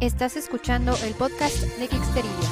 Estás escuchando el podcast de Geeksteria.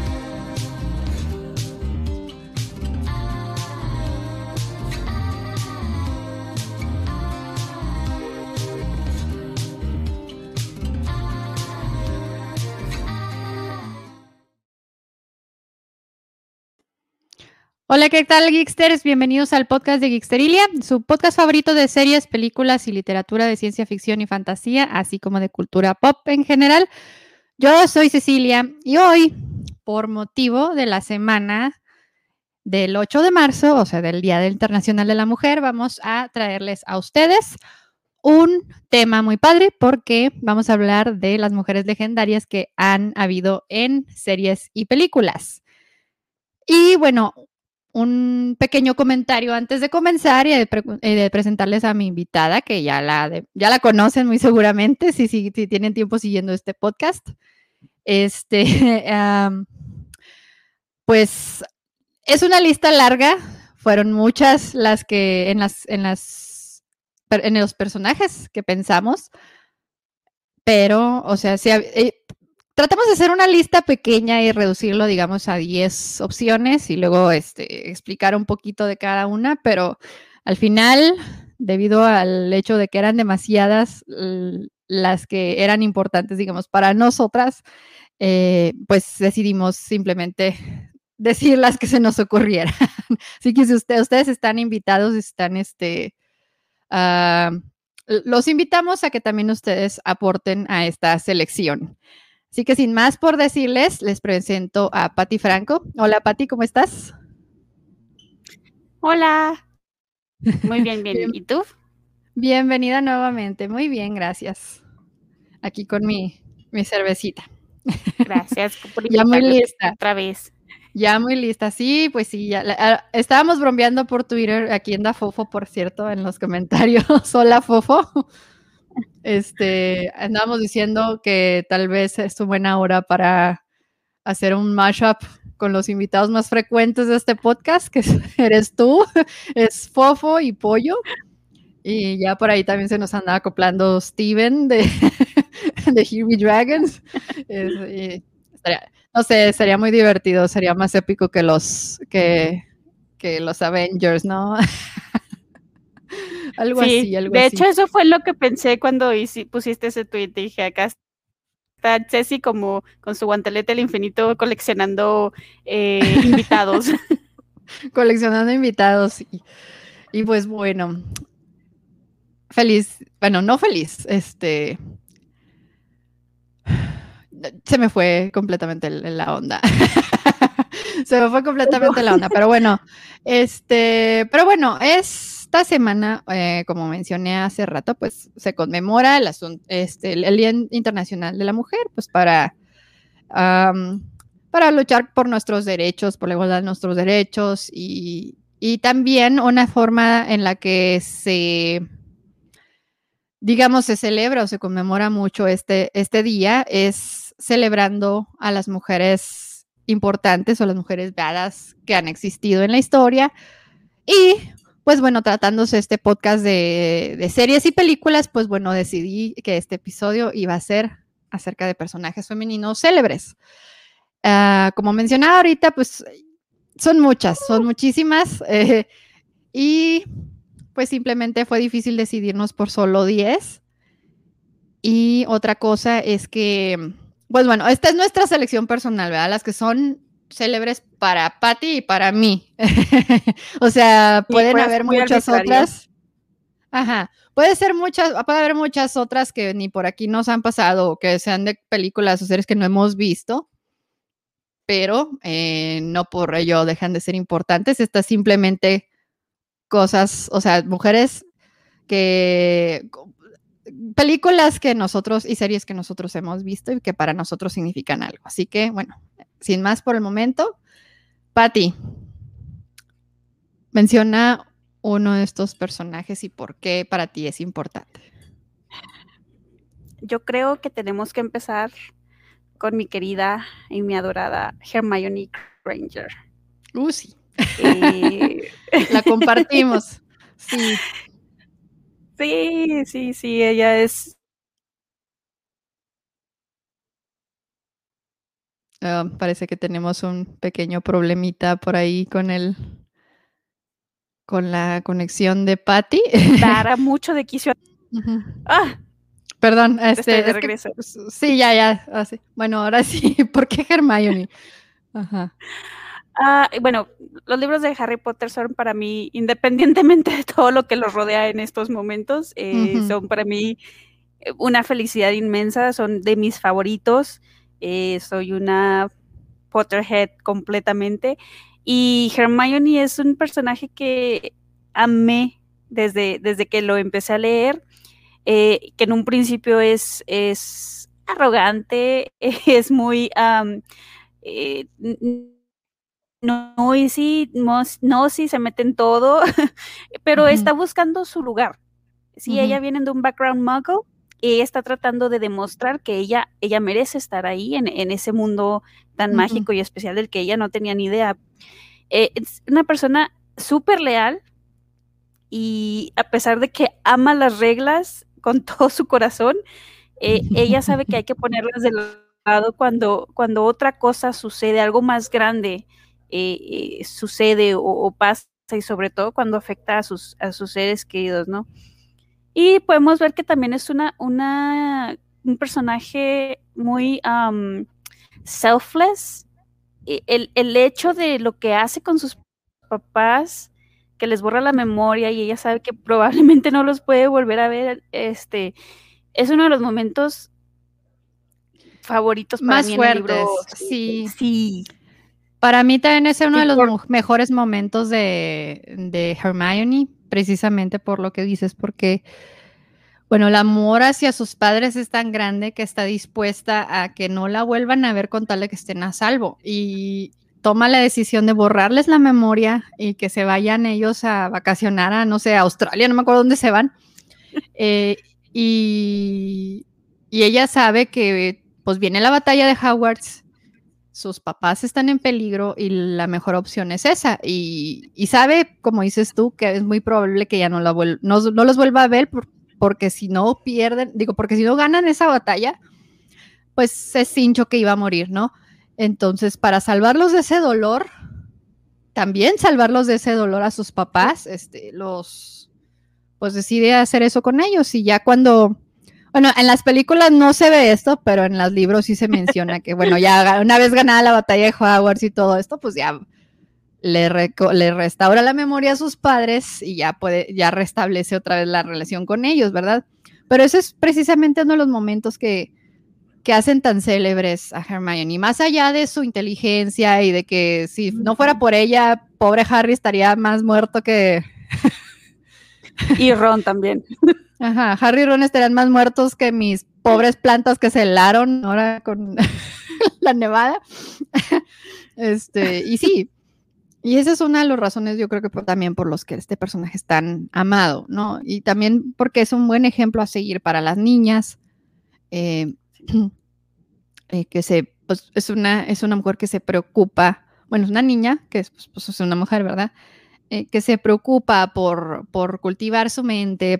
Hola, ¿qué tal, Geeksters? Bienvenidos al podcast de Geeksteria, su podcast favorito de series, películas y literatura de ciencia ficción y fantasía, así como de cultura pop en general. Yo soy Cecilia y hoy, por motivo de la semana del 8 de marzo, o sea, del Día Internacional de la Mujer, vamos a traerles a ustedes un tema muy padre porque vamos a hablar de las mujeres legendarias que han habido en series y películas. Y bueno, un pequeño comentario antes de comenzar y de presentarles a mi invitada, que ya la conocen muy seguramente, si tienen tiempo siguiendo este podcast. Pues es una lista larga, fueron muchas las que en los personajes que pensamos, pero, o sea, tratamos de hacer una lista pequeña y reducirlo, digamos, a 10 opciones y luego explicar un poquito de cada una, pero al final, debido al hecho de que eran demasiadas las que eran importantes, digamos, para nosotras, pues decidimos simplemente decir las que se nos ocurrieran. Así que si ustedes están invitados, los invitamos a que también ustedes aporten a esta selección. Así que sin más por decirles, les presento a Pati Franco. Hola, Pati, ¿cómo estás? Hola. Muy bien. ¿Y tú? Bienvenida nuevamente. Muy bien, gracias. Aquí con mi cervecita. Gracias por Ya muy invitarme lista. otra vez. Ya muy lista. Sí, pues sí, estábamos bromeando por Twitter. Aquí anda Fofo, por cierto, en los comentarios. Hola, Fofo. Andábamos diciendo que tal vez es una buena hora para hacer un mashup con los invitados más frecuentes de este podcast, que eres tú, es Fofo y Pollo. Y ya por ahí también se nos anda acoplando Steven de Here We Dragons. No sé, sería muy divertido, sería más épico que los Avengers, ¿no? Algo Sí, así, algo de así. hecho eso fue lo que pensé cuando pusiste ese tweet. Dije, acá está Ceci como con su guantelete del infinito coleccionando invitados. Coleccionando invitados. Y pues bueno, feliz, bueno, no feliz, se me fue completamente la onda. Se me fue completamente la onda, pero bueno, esta semana, como mencioné hace rato, pues se conmemora el Día Internacional de la Mujer, pues para luchar por nuestros derechos, por la igualdad de nuestros derechos y también una forma en la que se celebra o se conmemora mucho este día es celebrando a las mujeres importantes o las mujeres badass que han existido en la historia. Y pues bueno, tratándose este podcast de series y películas, pues bueno, decidí que este episodio iba a ser acerca de personajes femeninos célebres. Como mencionaba ahorita, pues son muchas, son muchísimas. Y pues simplemente fue difícil decidirnos por solo 10. Y otra cosa es que, pues bueno, esta es nuestra selección personal, ¿verdad? Las que son célebres para Patty y para mí. O sea, pueden haber muchas otras. Ajá. Puede haber muchas otras que ni por aquí nos han pasado o que sean de películas o series que no hemos visto, pero no por ello dejan de ser importantes. Estas simplemente cosas, o sea, mujeres que películas que nosotros y series que nosotros hemos visto y que para nosotros significan algo. Así que, bueno, sin más por el momento, Patty, menciona uno de estos personajes y por qué para ti es importante. Yo creo que tenemos que empezar con mi querida y mi adorada Hermione Granger. Sí. La compartimos. Sí. Sí, ella es Parece que tenemos un pequeño problemita por ahí con la conexión de Patty. Dará mucho de quicio. Ujú. ¡Ah! Perdón, Estoy de es regreso. que sí, ya. Así. Bueno, ahora sí, ¿por qué Hermione? Ajá. Bueno, los libros de Harry Potter son para mí, independientemente de todo lo que los rodea en estos momentos, son para mí una felicidad inmensa, son de mis favoritos. Soy una Potterhead completamente. Y Hermione es un personaje que amé desde que lo empecé a leer, que en un principio es arrogante, es muy... no, y sí, no, sí, se mete en todo, pero está buscando su lugar. Sí, ella viene de un background muggle y ella está tratando de demostrar que ella merece estar ahí en ese mundo tan mágico y especial del que ella no tenía ni idea. Es una persona súper leal y a pesar de que ama las reglas con todo su corazón, ella sabe que hay que ponerlas de lado cuando otra cosa sucede, algo más grande sucede o pasa, y sobre todo cuando afecta a sus seres queridos, ¿no? Y podemos ver que también es un personaje muy selfless. El hecho de lo que hace con sus papás, que les borra la memoria y ella sabe que probablemente no los puede volver a ver, es uno de los momentos favoritos para más mí en el libro. Sí. Sí. Para mí también es uno de los mejores momentos de Hermione, precisamente por lo que dices, porque, bueno, el amor hacia sus padres es tan grande que está dispuesta a que no la vuelvan a ver con tal de que estén a salvo. Y toma la decisión de borrarles la memoria y que se vayan ellos a vacacionar a, no sé, a Australia, no me acuerdo dónde se van. Y ella sabe que pues viene la batalla de Hogwarts, sus papás están en peligro y la mejor opción es esa. Y sabe, como dices tú, que es muy probable que ya no los vuelva a ver porque si no pierden, porque si no ganan esa batalla, pues es cincho que iba a morir, ¿no? Entonces, para salvarlos de ese dolor, también salvarlos de ese dolor a sus papás, pues decide hacer eso con ellos. Y ya bueno, en las películas no se ve esto, pero en los libros sí se menciona que, bueno, ya una vez ganada la batalla de Hogwarts y todo esto, pues ya le restaura la memoria a sus padres y ya restablece otra vez la relación con ellos, ¿verdad? Pero ese es precisamente uno de los momentos que hacen tan célebres a Hermione, más allá de su inteligencia y de que si no fuera por ella, pobre Harry estaría más muerto que... Y Ron también. Ajá, Harry y Ron estarían más muertos que mis pobres plantas que se helaron ahora con la nevada. Y sí, y esa es una de las razones, yo creo que también por los que este personaje es tan amado, ¿no? Y también porque es un buen ejemplo a seguir para las niñas, pues es una mujer que se preocupa, bueno, es una niña, que pues es una mujer, ¿verdad? Que se preocupa por cultivar su mente,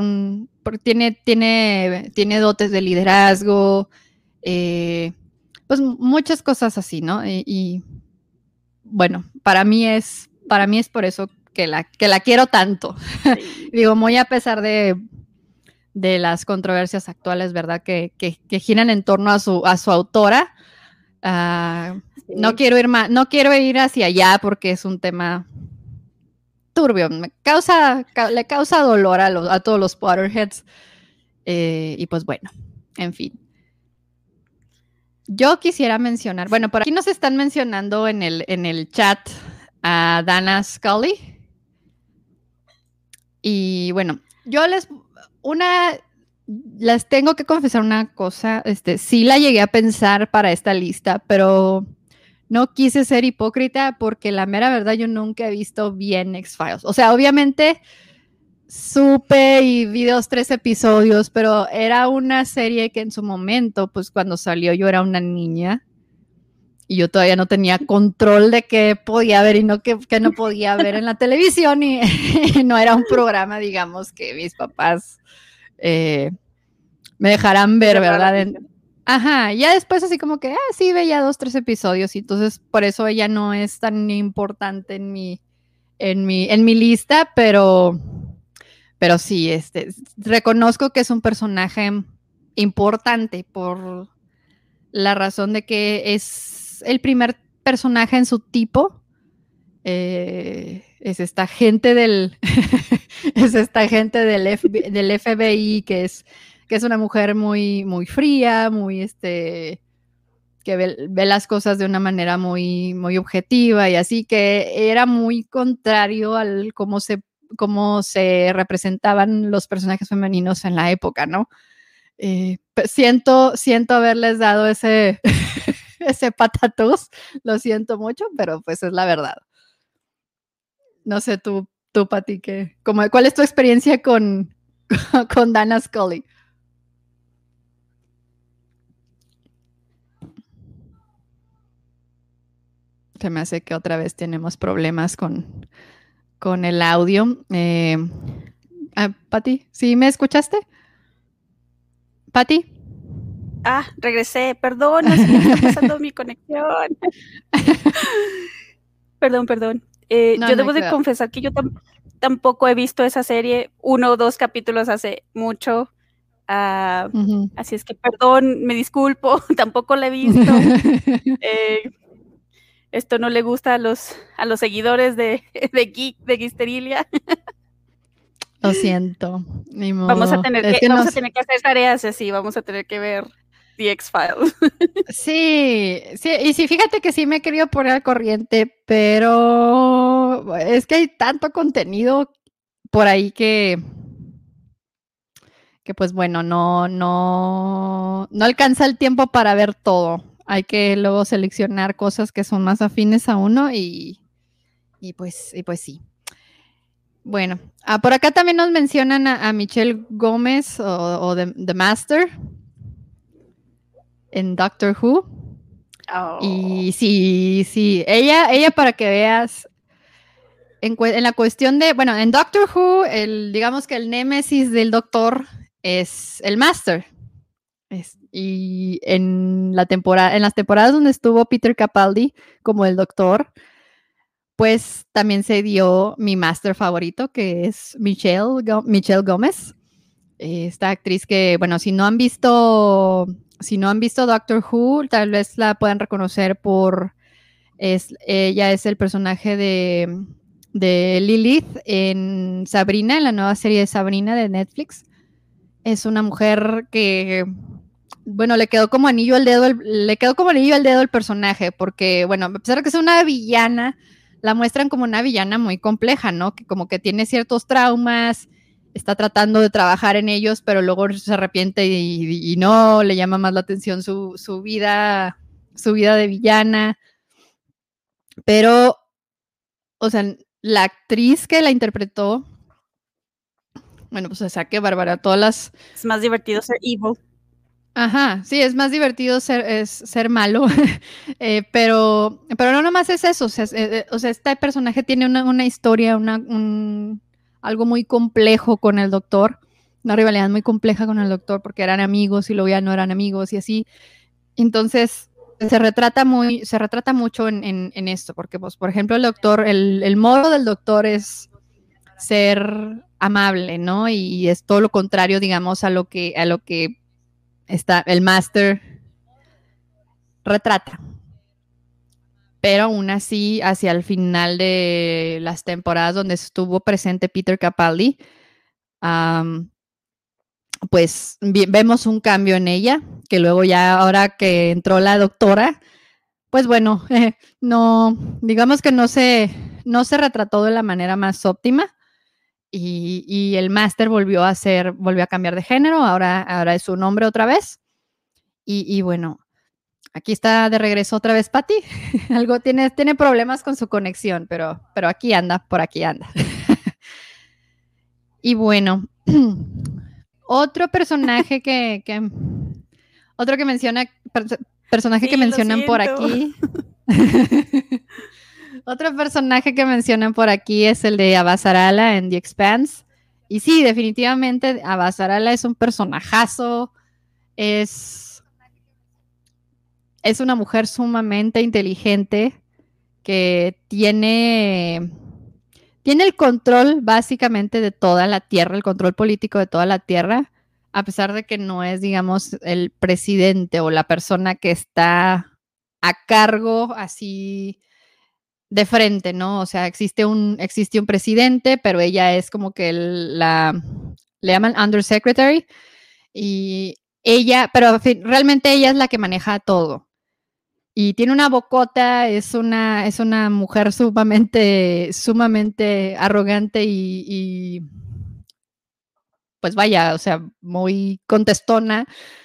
tiene dotes de liderazgo, pues muchas cosas así, ¿no? Y bueno, para mí es por eso que la quiero tanto. Sí. Digo, muy a pesar de las controversias actuales, ¿verdad? Que giran en torno a su autora. Sí. No quiero ir hacia allá porque es un tema turbio, le causa dolor a todos los Potterheads. Y pues bueno, en fin. Yo quisiera mencionar, bueno, por aquí nos están mencionando en el chat a Dana Scully. Y bueno, les tengo que confesar una cosa, sí la llegué a pensar para esta lista, pero no quise ser hipócrita porque la mera verdad yo nunca he visto bien X-Files. O sea, obviamente supe y vi 2-3 episodios, pero era una serie que en su momento, pues cuando salió yo era una niña y yo todavía no tenía control de qué podía ver y qué no podía ver en la televisión y no era un programa, digamos, que mis papás me dejarán ver, ¿verdad? Ajá, ya después así como que, sí, veía 2, 3 episodios, y entonces por eso ella no es tan importante en mi lista, pero sí, reconozco que es un personaje importante por la razón de que es el primer personaje en su tipo. Es esta gente del es esta gente del FBI que es una mujer muy, muy fría, muy que ve las cosas de una manera muy, muy objetiva, y así que era muy contrario al cómo se representaban los personajes femeninos en la época, ¿no? Siento haberles dado ese patatús, lo siento mucho, pero pues es la verdad. No sé tú Pati, ¿cuál es tu experiencia con Dana Scully? Se me hace que otra vez tenemos problemas con el audio. Pati, ¿sí me escuchaste? ¿Pati? Regresé. Perdón, no sé qué está pasando mi conexión. Perdón. Yo debo de confesar que yo tampoco he visto esa serie, 1 o 2 capítulos hace mucho. Así es que perdón, me disculpo, tampoco la he visto. Esto no le gusta a los seguidores de Geeksterilia. Lo siento. Ni modo. Vamos a tener que hacer tareas así, vamos a tener que ver The X-Files. Sí, y sí, fíjate que sí me he querido poner al corriente, pero es que hay tanto contenido por ahí que pues bueno, no alcanza el tiempo para ver todo. Hay que luego seleccionar cosas que son más afines a uno y pues sí. Bueno, por acá también nos mencionan a Michelle Gómez o The Master en Doctor Who. Oh. Y sí, ella para que veas, en la cuestión de, bueno, en Doctor Who, digamos que el némesis del Doctor es el Master. Y en las temporadas donde estuvo Peter Capaldi como el Doctor, pues también se dio mi Master favorito, que es Michelle Gómez. Esta actriz que, bueno, si no han visto Doctor Who, tal vez la puedan reconocer ella es el personaje de Lilith en Sabrina, en la nueva serie de Sabrina de Netflix. Es una mujer que, bueno, le quedó como anillo al dedo el personaje, porque, bueno, a pesar de que es una villana, la muestran como una villana muy compleja, ¿no? Que como que tiene ciertos traumas, está tratando de trabajar en ellos, pero luego se arrepiente y no, le llama más la atención su vida de villana. Pero, o sea, la actriz que la interpretó, bueno, pues o sea, qué bárbara, Es más divertido ser evil. Ajá, sí, es más divertido ser malo, pero no nomás es eso, o sea, este personaje tiene una historia, algo muy complejo con el Doctor, una rivalidad muy compleja con el Doctor, porque eran amigos y luego ya no eran amigos y así. Entonces se retrata mucho en esto, porque pues, por ejemplo, el Doctor, el modo del Doctor es ser amable, ¿no? Y es todo lo contrario, digamos, a lo que el Master retrata. Pero aún así, hacia el final de las temporadas donde estuvo presente Peter Capaldi, pues vemos un cambio en ella, que luego ya ahora que entró la doctora, pues bueno, no, digamos que no se retrató de la manera más óptima, y el Master volvió a cambiar de género, ahora es un hombre otra vez, y bueno, aquí está de regreso otra vez Pati. Algo tiene problemas con su conexión, pero aquí anda, por aquí anda. Y bueno, otro personaje otro que menciona, personaje sí, que mencionan por aquí. Otro personaje que mencionan por aquí es el de Avasarala en The Expanse. Y sí, definitivamente Avasarala es un personajazo. Es es una mujer sumamente inteligente que tiene el control básicamente de toda la Tierra, el control político de toda la Tierra, a pesar de que no es, digamos, el presidente o la persona que está a cargo así de frente, ¿no? O sea, existe un presidente, pero ella es como que le llaman undersecretary, y ella, pero realmente ella es la que maneja todo. Y tiene una bocota, es una mujer sumamente arrogante y pues vaya, o sea, muy contestona,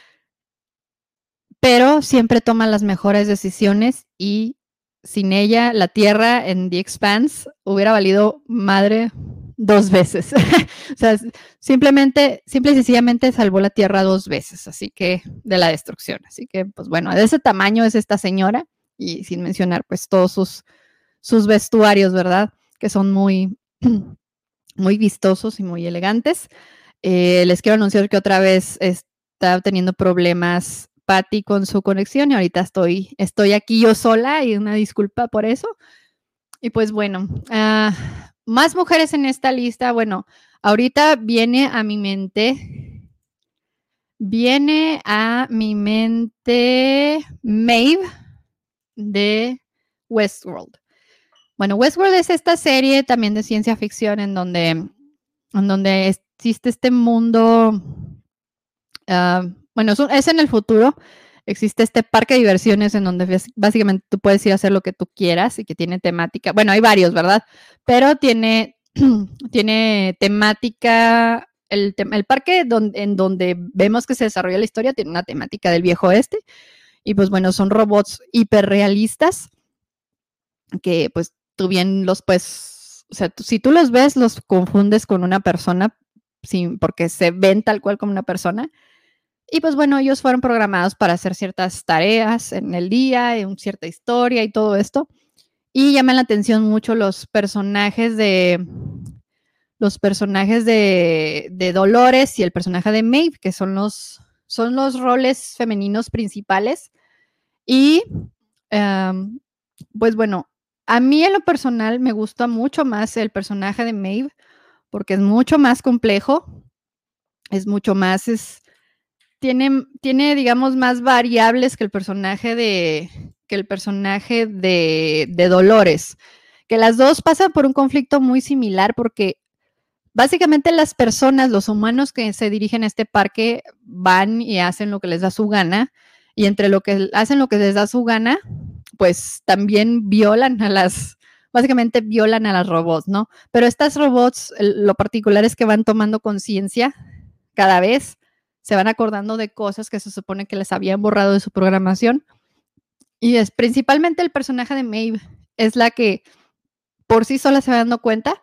pero siempre toma las mejores decisiones, y sin ella la Tierra en The Expanse hubiera valido madre 2 veces. O sea, simple y sencillamente salvó la Tierra 2 veces, así que de la destrucción. Así que, pues bueno, de ese tamaño es esta señora, y sin mencionar pues todos sus vestuarios, ¿verdad? Que son muy, muy vistosos y muy elegantes. Les quiero anunciar que otra vez está teniendo problemas Patty con su conexión, y ahorita estoy aquí yo sola, y una disculpa por eso. Y pues bueno, más mujeres en esta lista. Bueno, ahorita viene a mi mente Maeve de Westworld. Bueno, Westworld es esta serie también de ciencia ficción en donde existe este mundo. Bueno, es en el futuro. Existe este parque de diversiones en donde básicamente tú puedes ir a hacer lo que tú quieras, y que tiene temática. Bueno, hay varios, ¿verdad? Pero tiene temática. El parque en donde vemos que se desarrolla la historia tiene una temática del viejo oeste. Y pues bueno, son robots hiperrealistas que pues tú bien los puedes, o sea, si tú los ves, los confundes con una persona, porque se ven tal cual como una persona. Y pues bueno, ellos fueron programados para hacer ciertas tareas en el día, en cierta historia y todo esto. Y llaman la atención mucho los personajes de Dolores y el personaje de Maeve, que son los roles femeninos principales. Y pues bueno, a mí en lo personal me gusta mucho más el personaje de Maeve, porque es mucho más complejo, es mucho más, tiene, digamos, más variables que el personaje de Dolores, que las dos pasan por un conflicto muy similar, porque básicamente las personas, los humanos que se dirigen a este parque, van y hacen lo que les da su gana, y entre lo que hacen lo que les da su gana, pues también básicamente violan a las robots, ¿no? Pero estas robots, lo particular es que van tomando conciencia cada vez, se van acordando de cosas que se supone que les habían borrado de su programación, y es principalmente el personaje de Maeve, es la que por sí sola se va dando cuenta,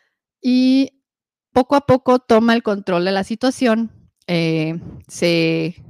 y poco a poco toma el control de la situación. Se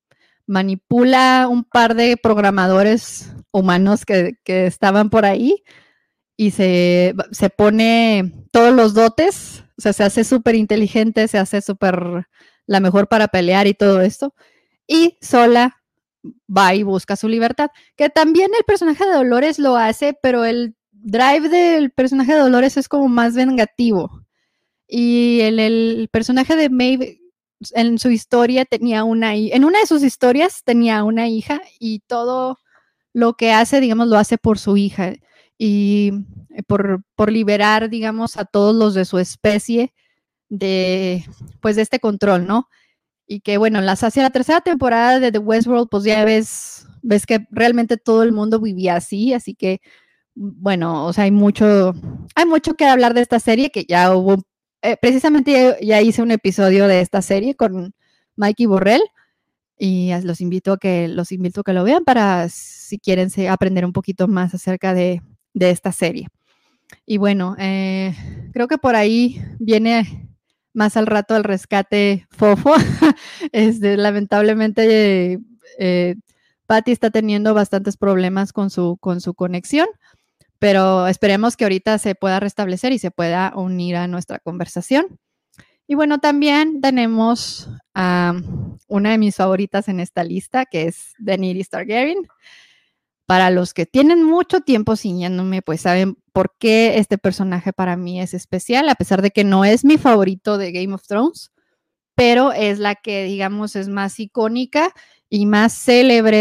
manipula un par de programadores humanos que estaban por ahí, y se pone todos los dotes, o sea, se hace súper inteligente, se hace súper la mejor para pelear y todo esto, y sola va y busca su libertad, que también el personaje de Dolores lo hace, pero el drive del personaje de Dolores es como más vengativo, y el personaje de Maeve en su historia en una de sus historias tenía una hija, y todo lo que hace, digamos, lo hace por su hija, y por liberar, digamos, a todos los de su especie de este control, ¿no? Y que bueno, hacia la tercera temporada de The Westworld, pues ya ves que realmente todo el mundo vivía así que bueno, o sea, hay mucho que hablar de esta serie, que ya hubo, precisamente ya hice un episodio de esta serie con Mikey Borrell, y los invito a que lo vean, para si quieren aprender un poquito más acerca de esta serie. Y bueno, creo que por ahí viene más al rato el rescate Fofo. Lamentablemente Patty está teniendo bastantes problemas con su conexión, pero esperemos que ahorita se pueda restablecer y se pueda unir a nuestra conversación. Y bueno, también tenemos a una de mis favoritas en esta lista, que es Daenerys Targaryen. Para los que tienen mucho tiempo siguiéndome, pues saben por qué este personaje para mí es especial, a pesar de que no es mi favorito de Game of Thrones, pero es la que, digamos, es más icónica y más célebre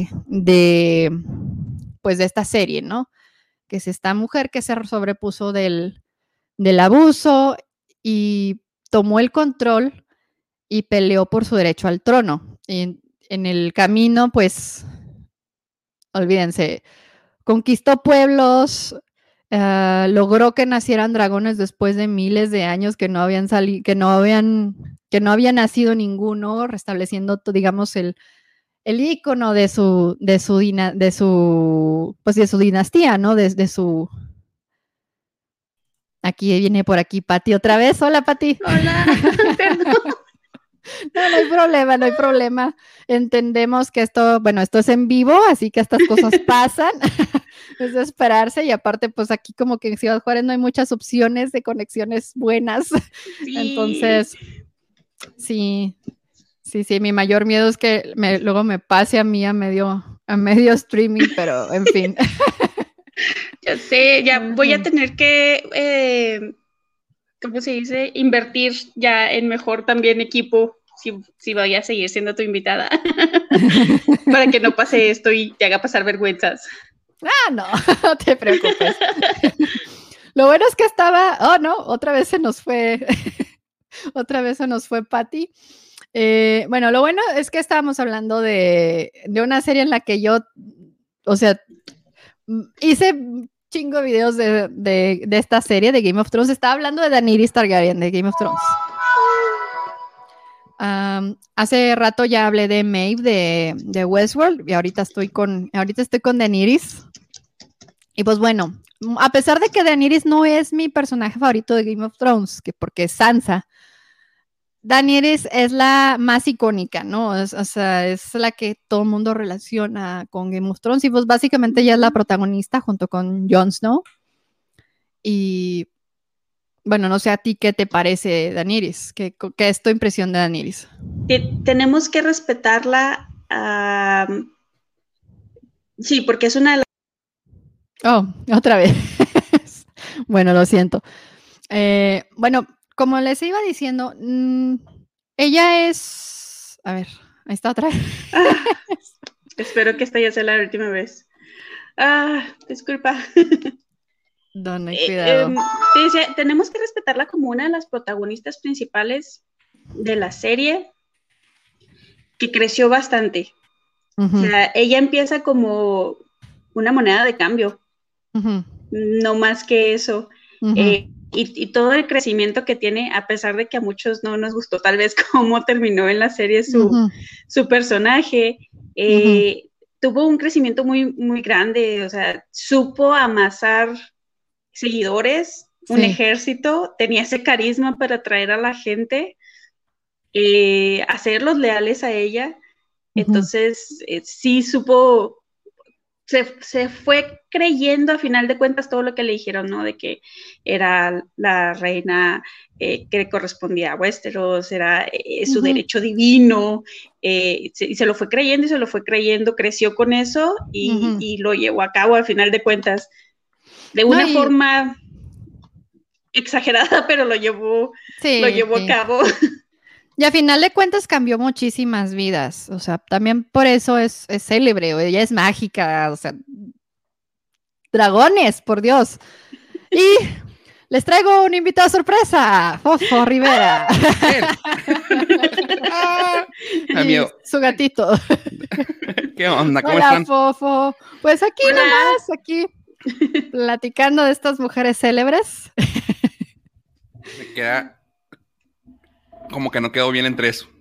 pues de esta serie, ¿no? Que es esta mujer que se sobrepuso del abuso y tomó el control y peleó por su derecho al trono. Y en el camino, pues, olvídense, conquistó pueblos, logró que nacieran dragones después de miles de años que no habían salido, que no había nacido ninguno, restableciendo, digamos, el ícono de su dinastía, ¿no? De su. Aquí viene por aquí Pati otra vez. Hola, Pati. Hola, perdón. No hay problema, no hay problema. Entendemos que esto es en vivo, así que estas cosas pasan. Es de esperarse, y aparte, pues aquí como que en Ciudad Juárez no hay muchas opciones de conexiones buenas. Sí. Entonces, sí, mi mayor miedo es que luego me pase a mí a medio streaming, pero en fin. Ya sé, ya voy a tener que, ¿cómo se dice? Invertir ya en mejor también equipo, si voy a seguir siendo tu invitada, para que no pase esto y te haga pasar vergüenzas. No te preocupes. Lo bueno es que otra vez se nos fue Pati. Bueno, lo bueno es que estábamos hablando de una serie en la que yo, o sea, hice chingo de videos de esta serie de Game of Thrones. Estaba hablando de Daenerys Targaryen de Game of Thrones. Hace rato ya hablé de Maeve de Westworld, y ahorita estoy con Daenerys. Y pues bueno, a pesar de que Daenerys no es mi personaje favorito de Game of Thrones, porque es Sansa, Daenerys es la más icónica, ¿no? O sea, es la que todo el mundo relaciona con Game of Thrones, y pues básicamente ella es la protagonista junto con Jon Snow. Y bueno, no sé a ti qué te parece Daenerys, ¿qué es tu impresión de Daenerys? Tenemos que respetarla, sí, porque es una de las... Oh, otra vez. Bueno, lo siento. Bueno, como les iba diciendo, ella es... A ver, ahí está otra vez. Espero que esta ya sea la última vez. Disculpa. No hay cuidado. Te decía, tenemos que respetarla como una de las protagonistas principales de la serie, que creció bastante. O sea, ella empieza como una moneda de cambio, no más que eso. Y todo el crecimiento que tiene, a pesar de que a muchos no nos gustó tal vez cómo terminó en la serie su personaje, tuvo un crecimiento muy, muy grande. O sea, supo amasar seguidores, un ejército, tenía ese carisma para atraer a la gente, hacerlos leales a ella. Entonces, sí supo, se fue creyendo a final de cuentas todo lo que le dijeron, ¿no? De que era la reina que le correspondía a Westeros, era su derecho divino, y se lo fue creyendo, creció con eso y lo llevó a cabo a final de cuentas. De una forma exagerada, pero lo llevó a cabo. Y a final de cuentas cambió muchísimas vidas. O sea, también por eso es célebre. Ella es mágica. O sea, dragones, por Dios. Y les traigo un invitado sorpresa, Fofo Rivera. Su gatito. ¿Qué onda? ¿Cómo Hola, están? Fofo. Pues aquí nomás, platicando de estas mujeres célebres. Me queda como que no quedó bien entre eso.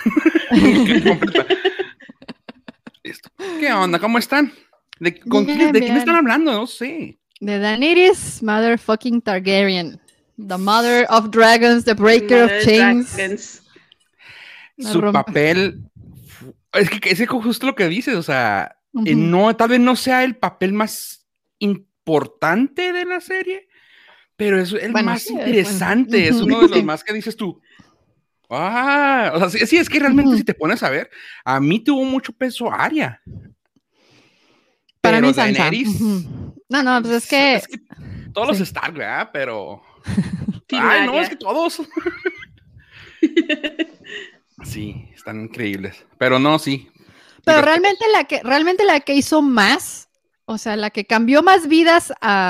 Listo. ¿Qué onda? ¿Cómo están? ¿De quién están hablando? No sé. De Daenerys motherfucking Targaryen. The mother of dragons, the breaker of chains. Su papel... Es que justo lo que dices, o sea, no, tal vez no sea el papel más importante de la serie, pero es el más interesante, es uno de los más que dices tú. O sea, sí, es que realmente si te pones a ver, a mí tuvo mucho peso Arya. Para pero mí Sansa. Daenerys... No, pues es que todos los Stark, ¿verdad? Pero... Team Ay, no, Arya. es que todos... Sí, están increíbles. Pero no, sí. Pero realmente la que hizo más, o sea, la que cambió más vidas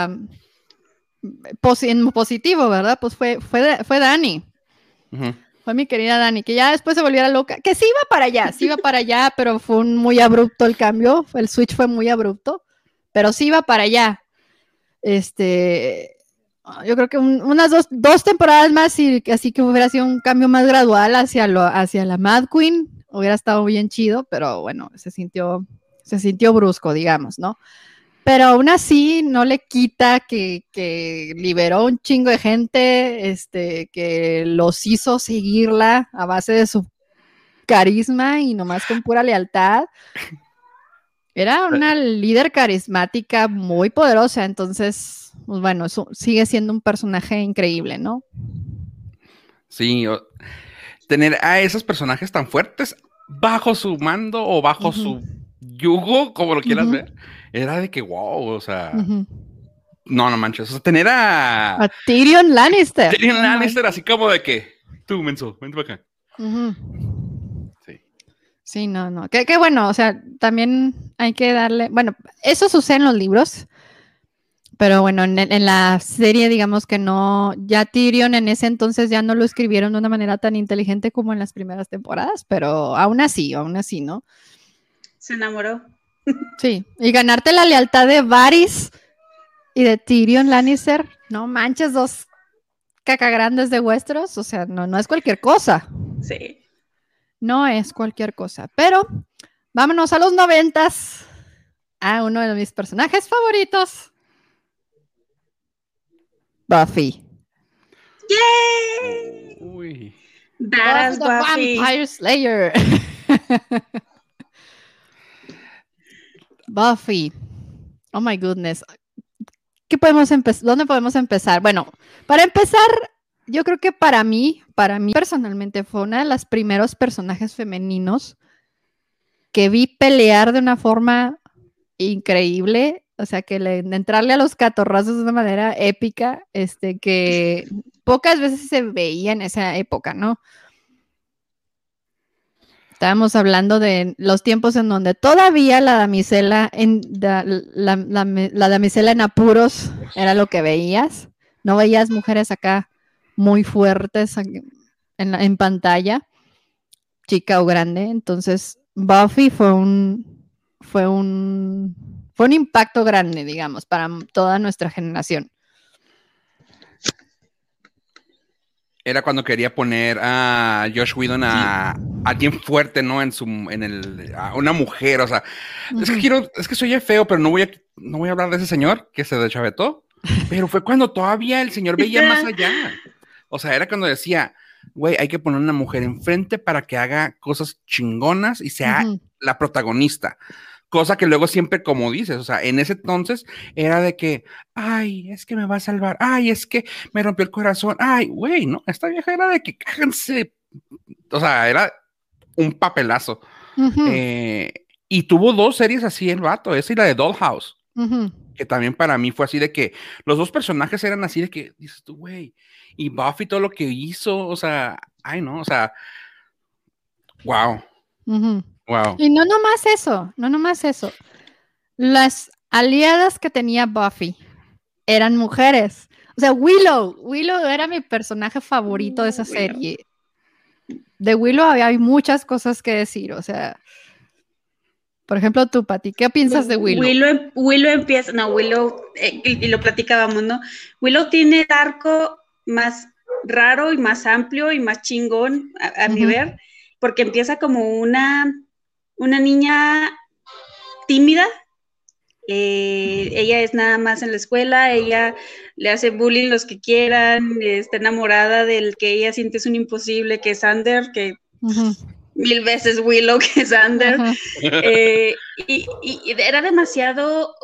en positivo, ¿verdad? Pues fue Dani. Uh-huh. Fue mi querida Dani, que ya después se volviera loca, que sí iba para allá, pero fue muy abrupto el cambio, el switch fue muy abrupto, pero sí iba para allá. Yo creo que unas dos temporadas más, y así que hubiera sido un cambio más gradual hacia la Mad Queen, hubiera estado bien chido, pero bueno, se sintió brusco, digamos, ¿no? Pero aún así no le quita que liberó un chingo de gente, que los hizo seguirla a base de su carisma y nomás con pura lealtad. Era una líder carismática muy poderosa, entonces, pues bueno, sigue siendo un personaje increíble, ¿no? Sí, tener a esos personajes tan fuertes bajo su mando o bajo su yugo, como lo quieras ver, era de que wow, o sea, no manches, o sea, tener a Tyrion Lannister. Tyrion Lannister así como de que, tú, menso, vente para acá. Sí. Sí, no. Qué bueno, o sea, también hay que darle, bueno, eso sucede en los libros, pero bueno, en la serie digamos que no, ya Tyrion en ese entonces ya no lo escribieron de una manera tan inteligente como en las primeras temporadas, pero aún así, ¿no? Se enamoró. Sí, y ganarte la lealtad de Varys y de Tyrion Lannister, no manches, dos cacagrandes de Westeros, o sea, no es cualquier cosa. Sí. No es cualquier cosa, pero vámonos a los 90s, a uno de mis personajes favoritos, Buffy. ¡Yay! Uy. Badass Buffy. Vampire Slayer. Buffy. Oh my goodness. ¿Dónde podemos empezar? Bueno, para empezar, yo creo que para mí personalmente fue una de los primeros personajes femeninos que vi pelear de una forma increíble, o sea, que entrarle a los catorrazos de una manera épica, que pocas veces se veía en esa época, ¿no? Estábamos hablando de los tiempos en donde todavía la damisela la damisela en apuros era lo que veías. No veías mujeres acá muy fuertes en pantalla, chica o grande. Entonces, Buffy fue un impacto grande, digamos, para toda nuestra generación. Era cuando quería poner a Josh Whedon a alguien fuerte, ¿no? A una mujer, o sea, es que soy feo, pero no voy a hablar de ese señor que se deschavetó, pero fue cuando todavía el señor veía más allá. O sea, era cuando decía, güey, hay que poner una mujer enfrente para que haga cosas chingonas y sea la protagonista. Cosa que luego siempre, como dices, o sea, en ese entonces era de que, ay, es que me va a salvar, ay, es que me rompió el corazón, ay, güey, no, esta vieja era de que cáganse, o sea, era un papelazo. Y tuvo 2 series así el vato, esa y la de Dollhouse, que también para mí fue así de que los 2 personajes eran así de que, dices tú, güey, y Buffy todo lo que hizo, o sea, ay, no, o sea, wow. Wow. Y no nomás eso. Las aliadas que tenía Buffy eran mujeres. O sea, Willow era mi personaje favorito de esa serie. De Willow hay muchas cosas que decir, o sea, por ejemplo, tú, Pati, ¿qué piensas de Willow? Willow empieza, y lo platicábamos, ¿no? Willow tiene el arco más raro y más amplio y más chingón a mi ver, porque empieza como una niña tímida. Ella es nada más en la escuela, ella le hace bullying los que quieran, está enamorada del que ella siente es un imposible, que es Xander, que 1000 veces Willow que es Xander, y era demasiado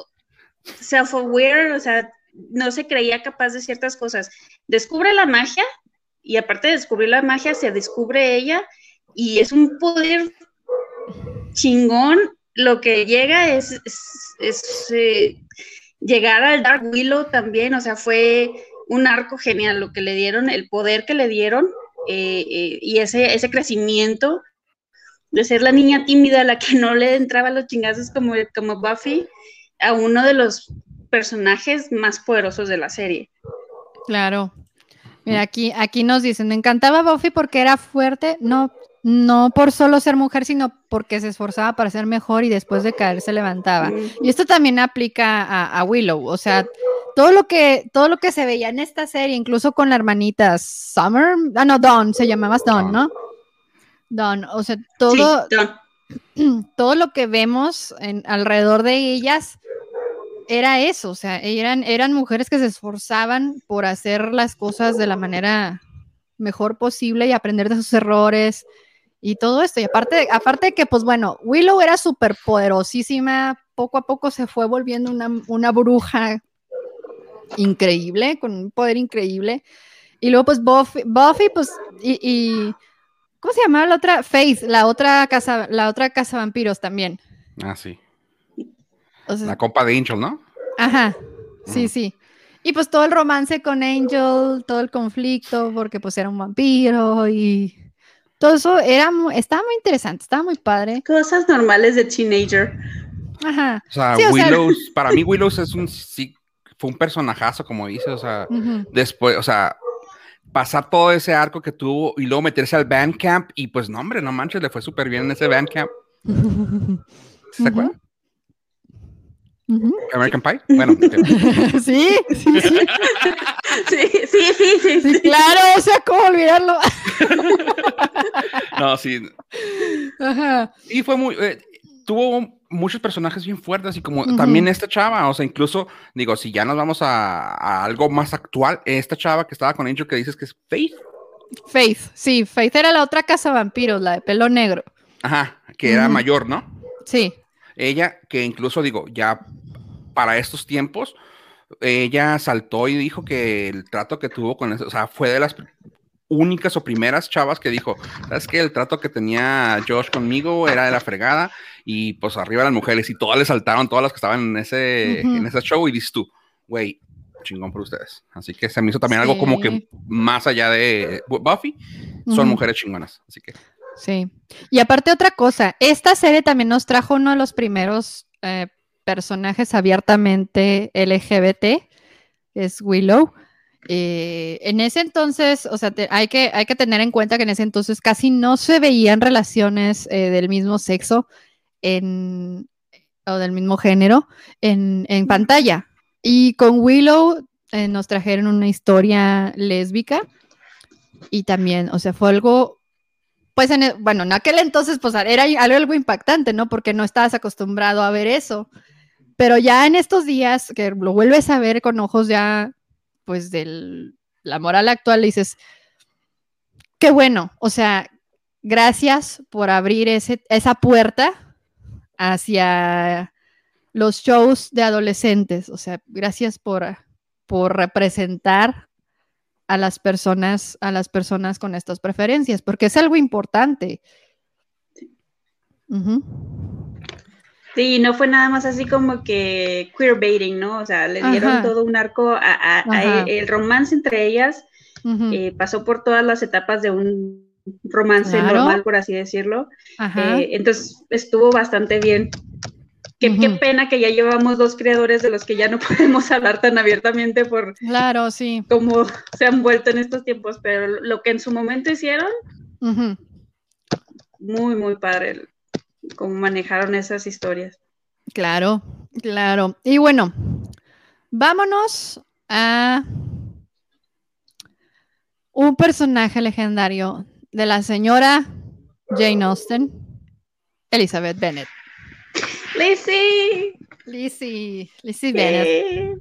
self-aware, o sea, no se creía capaz de ciertas cosas. Descubre la magia y aparte de descubrir la magia, se descubre ella, y es un poder chingón. Lo que llega es llegar al Dark Willow también, o sea, fue un arco genial lo que le dieron, el poder que le dieron, y ese crecimiento de ser la niña tímida a la que no le entraba los chingazos como Buffy, a uno de los personajes más poderosos de la serie. Claro. Mira, aquí nos dicen, me encantaba Buffy porque era fuerte, no por solo ser mujer, sino porque se esforzaba para ser mejor y después de caer se levantaba. Y esto también aplica a Willow, o sea, todo lo que se veía en esta serie, incluso con la hermanita Summer, Dawn, se llamaba Dawn, ¿no? Dawn, o sea, todo, sí, todo lo que vemos alrededor de ellas era eso, o sea, eran mujeres que se esforzaban por hacer las cosas de la manera mejor posible y aprender de sus errores y todo esto. Y aparte de que, pues bueno, Willow era súper poderosísima, poco a poco se fue volviendo una bruja increíble, con un poder increíble. Y luego, pues, Buffy pues, y ¿cómo se llamaba la otra? Faith, la otra cazavampiros también. Ah, sí. O sea, la copa de Angel, ¿no? Ajá, sí, sí. Y pues todo el romance con Angel, todo el conflicto, porque pues era un vampiro y todo eso estaba muy interesante, estaba muy padre. Cosas normales de teenager. Ajá. O sea, sí, Willow, para mí Willow fue un personajazo, como dice, o sea, después, o sea, pasar todo ese arco que tuvo y luego meterse al Bandcamp y pues no, hombre, no manches, le fue súper bien en ese Bandcamp. ¿Se acuerdan? American Pie, bueno. Sí. Sí, claro, o sea, ¿cómo olvidarlo? No, sí. Ajá. Y fue tuvo muchos personajes bien fuertes y como también esta chava, o sea, incluso, digo, si ya nos vamos a algo más actual, esta chava que estaba con Angel que dices que es Faith. Faith era la otra cazavampiros, la de pelo negro. Ajá, que era mayor, ¿no? Sí. Ella, que incluso, digo, ya para estos tiempos, ella saltó y dijo que el trato que tuvo con eso, o sea, fue de las únicas o primeras chavas que dijo, ¿sabes qué? El trato que tenía Josh conmigo era de la fregada y pues arriba las mujeres y todas le saltaron, todas las que estaban en ese show y dices tú, güey, chingón por ustedes. Así que se me hizo también algo como que más allá de Buffy, son mujeres chingonas, así que. Sí. Y aparte otra cosa, esta serie también nos trajo uno de los primeros personajes abiertamente LGBT, es Willow. En ese entonces, o sea, hay que tener en cuenta que en ese entonces casi no se veían relaciones del mismo sexo o del mismo género en pantalla. Y con Willow nos trajeron una historia lésbica y también, o sea, fue algo, pues, en aquel entonces, pues, era algo impactante, ¿no? Porque no estabas acostumbrado a ver eso. Pero ya en estos días, que lo vuelves a ver con ojos ya, pues, de la moral actual, dices, qué bueno, o sea, gracias por abrir esa puerta hacia los shows de adolescentes, o sea, gracias por representar a las personas con estas preferencias, porque es algo importante. Sí, no fue nada más así como que queerbaiting, ¿no? O sea, le dieron todo un arco a el romance entre ellas, pasó por todas las etapas de un romance normal, por así decirlo. Entonces estuvo bastante bien. Qué pena que ya llevamos 2 creadores de los que ya no podemos hablar tan abiertamente por cómo se han vuelto en estos tiempos, pero lo que en su momento hicieron, muy, muy padre cómo manejaron esas historias. Claro. Y bueno, vámonos a un personaje legendario de la señora Jane Austen, Elizabeth Bennet. Lizzie Bennet.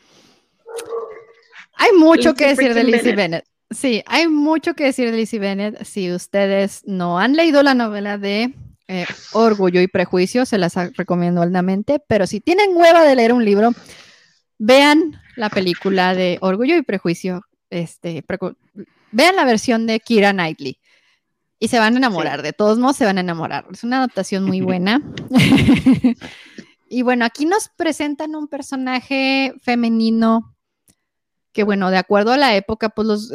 Hay mucho que decir de Lizzie Bennet. Sí, hay mucho que decir de Lizzie Bennet. Si ustedes no han leído la novela de Orgullo y Prejuicio, se las recomiendo altamente, pero si tienen hueva de leer un libro, vean la película de Orgullo y Prejuicio. vean la versión de Keira Knightley y se van a enamorar, de todos modos se van a enamorar. Es una adaptación muy buena. Y bueno, aquí nos presentan un personaje femenino que, bueno, de acuerdo a la época, pues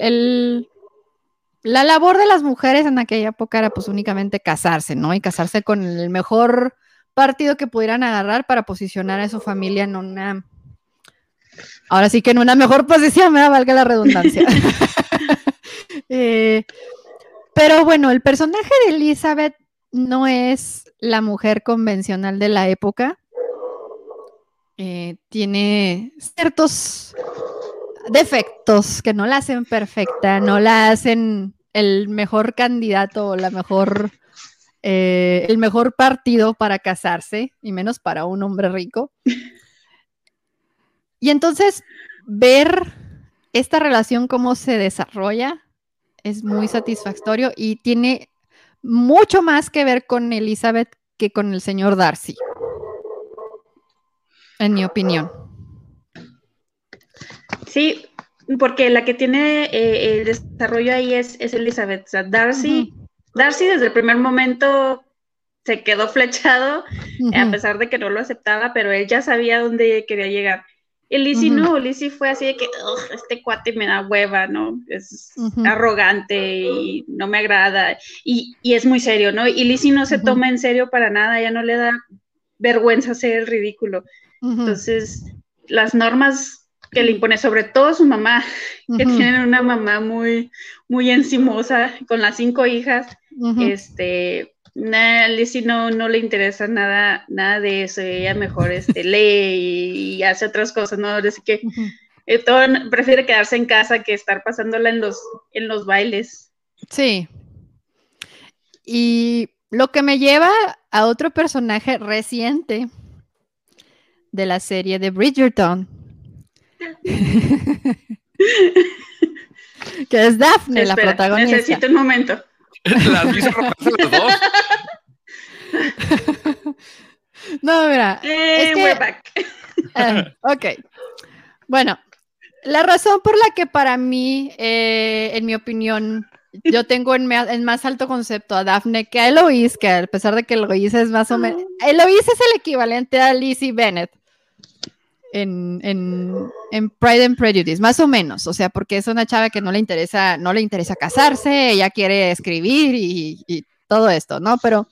la labor de las mujeres en aquella época era pues únicamente casarse, ¿no? Y casarse con el mejor partido que pudieran agarrar para posicionar a su familia en una... Ahora sí que en una mejor posición, me valga la redundancia. Pero bueno, el personaje de Elizabeth no es la mujer convencional de la época. Tiene ciertos defectos que no la hacen perfecta, no la hacen el mejor candidato o el mejor partido para casarse, y menos para un hombre rico. Y entonces ver esta relación cómo se desarrolla es muy satisfactorio y tiene mucho más que ver con Elizabeth que con el señor Darcy, en mi opinión. Sí, porque la que tiene el desarrollo ahí es Elizabeth. O sea, Darcy desde el primer momento se quedó flechado, a pesar de que no lo aceptaba, pero él ya sabía dónde quería llegar. Y Lizzie no, Lizzie fue así de que este cuate me da hueva, ¿no? Es arrogante y no me agrada, y es muy serio, ¿no? Y Lizzie no se toma en serio para nada, ya no le da vergüenza hacer el ridículo. Entonces, las normas que le impone, sobre todo su mamá, que tiene una mamá muy, muy encimosa, con las 5 hijas, Lizzie no le interesa nada de eso, ella mejor lee y hace otras cosas, ¿no? Así que prefiere quedarse en casa que estar pasándola en los bailes. Sí. Y lo que me lleva a otro personaje reciente de la serie de Bridgerton, que es Daphne, la protagonista. Necesito un momento. Las hizo romperse las dos. No, mira. Es que, we're back. Ok. Bueno, la razón por la que para mí, en mi opinión, yo tengo en más alto concepto a Daphne que a Eloise, que a pesar de que Eloise es más o menos... Eloise es el equivalente a Lizzie Bennet en Pride and Prejudice, más o menos, o sea, porque es una chava que no le interesa casarse, ella quiere escribir y todo esto, ¿no? Pero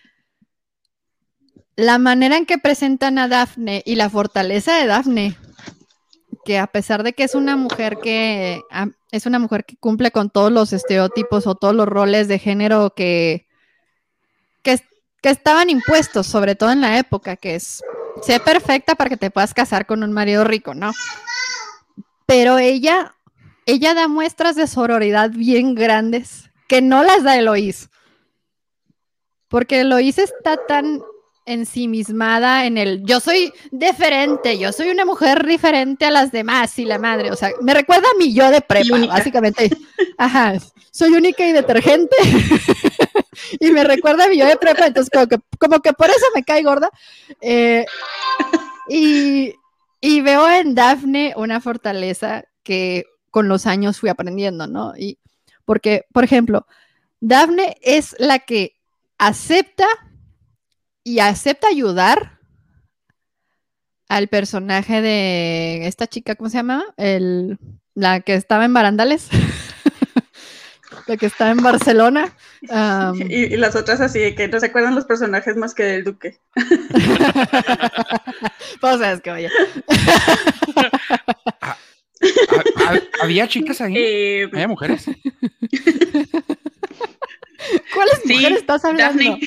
la manera en que presentan a Daphne y la fortaleza de Daphne, que a pesar de que es una mujer que cumple con todos los estereotipos o todos los roles de género que estaban impuestos, sobre todo en la época, que es sé perfecta para que te puedas casar con un marido rico, ¿no? Pero ella da muestras de sororidad bien grandes que no las da Eloise. Porque Eloise está tan ensimismada en el yo soy diferente, yo soy una mujer diferente a las demás y la madre, o sea, me recuerda a mi yo de prepa, básicamente. Ajá, soy única y detergente. Y me recuerda a mi yo de prepa, entonces como que por eso me cae gorda. Y veo en Daphne una fortaleza que con los años fui aprendiendo, ¿no? Y porque, por ejemplo, Daphne es la que acepta ayudar al personaje de esta chica, ¿cómo se llama? La que estaba en Barandales. La que está en Barcelona. Y las otras así, de que no se acuerdan los personajes más que del duque. Pues es que vaya. ¿Había chicas ahí? ¿Había mujeres? ¿Cuáles mujeres estás hablando? Daphne.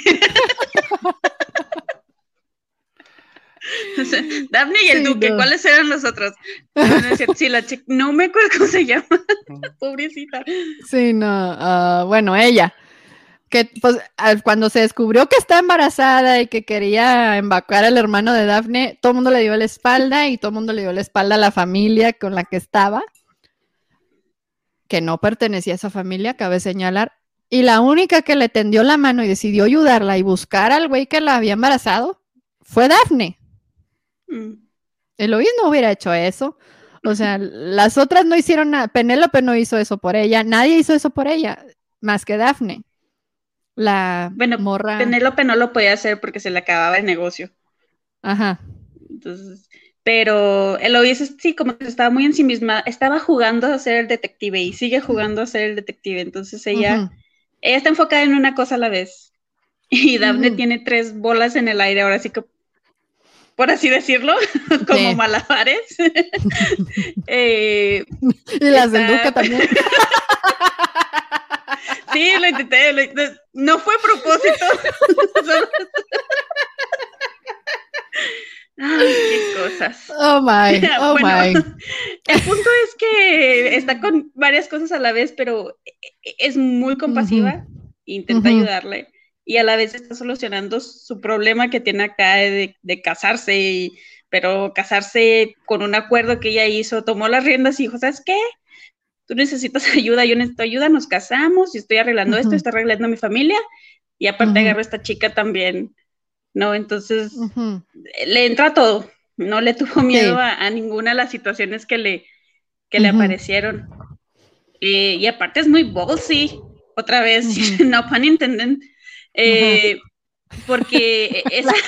Daphne y el duque, no. ¿Cuáles eran los otros? Sí, la chica, no me acuerdo cómo se llama. Pobrecita. Sí, no, bueno, ella, que pues cuando se descubrió que está embarazada y que quería embarcar al hermano de Daphne, todo el mundo le dio la espalda y todo el mundo le dio la espalda a la familia con la que estaba, que no pertenecía a esa familia, cabe señalar, y la única que le tendió la mano y decidió ayudarla y buscar al güey que la había embarazado fue Daphne. Eloise no hubiera hecho eso. O sea, las otras no hicieron nada. Penélope no hizo eso por ella. Nadie hizo eso por ella, más que Daphne. La morra. Penélope no lo podía hacer porque se le acababa el negocio. Ajá. Entonces, pero Eloise sí, como que estaba muy ensimismada, estaba jugando a ser el detective y sigue jugando a ser el detective. Entonces ella está enfocada en una cosa a la vez. Y Daphne tiene 3 bolas en el aire, ahora sí que, por así decirlo, como malabares. Y las del Duque también. Sí, lo intenté. No fue a propósito. Ay, qué cosas. Oh my. El punto es que está con varias cosas a la vez, pero es muy compasiva. Intenta ayudarle. Y a la vez está solucionando su problema que tiene acá de casarse, pero casarse con un acuerdo que ella hizo, tomó las riendas y dijo, ¿sabes qué? Tú necesitas ayuda, yo necesito ayuda, nos casamos y estoy arreglando esto, estoy arreglando a mi familia y aparte agarro a esta chica también, ¿no? Entonces le entra todo, no le tuvo miedo a ninguna de las situaciones que le aparecieron. Y aparte es muy ballsy, otra vez, no pun intended. Porque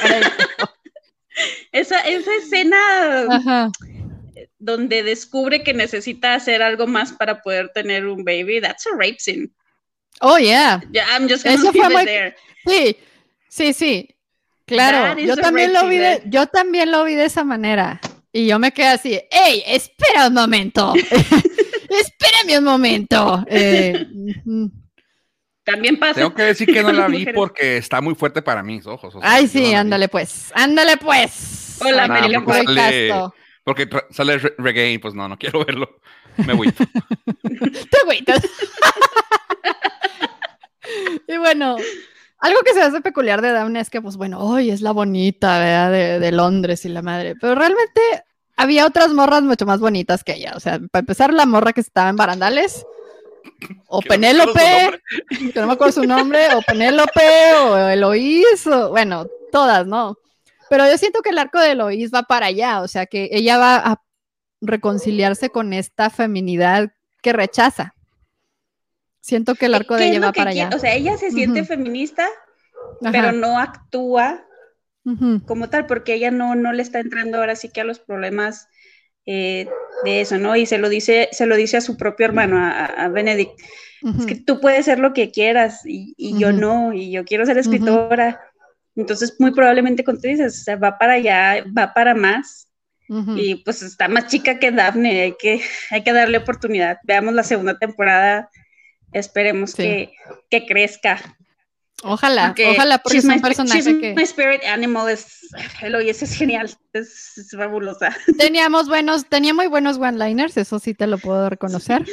esa escena donde descubre que necesita hacer algo más para poder tener un baby, that's a rape scene. Oh, yeah. I'm just gonna leave it there. Sí. Claro, yo también lo vi de esa manera. Y yo me quedé así, ¡ey, espera un momento! ¡Espérame un momento! También pasa. Tengo que decir que no la vi porque está muy fuerte para mis ojos. O sea, ay, sí, ándale pues. Hola, porque sale Regain, pues no quiero verlo. Me agüito. Te agüitas. Y bueno, algo que se hace peculiar de Daphne es que, pues bueno, hoy es la bonita, ¿verdad? De Londres y la madre. Pero realmente había otras morras mucho más bonitas que ella. O sea, para empezar, la morra que estaba en barandales. O Penélope, que no me acuerdo su nombre, o Penélope, o Eloís, o bueno, todas, ¿no? Pero yo siento que el arco de Eloís va para allá, o sea, que ella va a reconciliarse con esta feminidad que rechaza. Siento que el arco de ella va para allá. O sea, ella se siente feminista, pero no actúa como tal, porque ella no le está entrando ahora sí que a los problemas de eso, ¿no? Y se lo dice a su propio hermano, a Benedict. Es que tú puedes ser lo que quieras y yo no, y yo quiero ser escritora. Entonces, muy probablemente, como tú dices, o sea, va para allá, va para más. Y pues está más chica que Daphne, hay que darle oportunidad. Veamos la segunda temporada, esperemos que crezca. Ojalá, porque es un personaje que... My spirit animal Eloise es genial, es fabulosa. Tenía muy buenos one-liners, eso sí te lo puedo reconocer.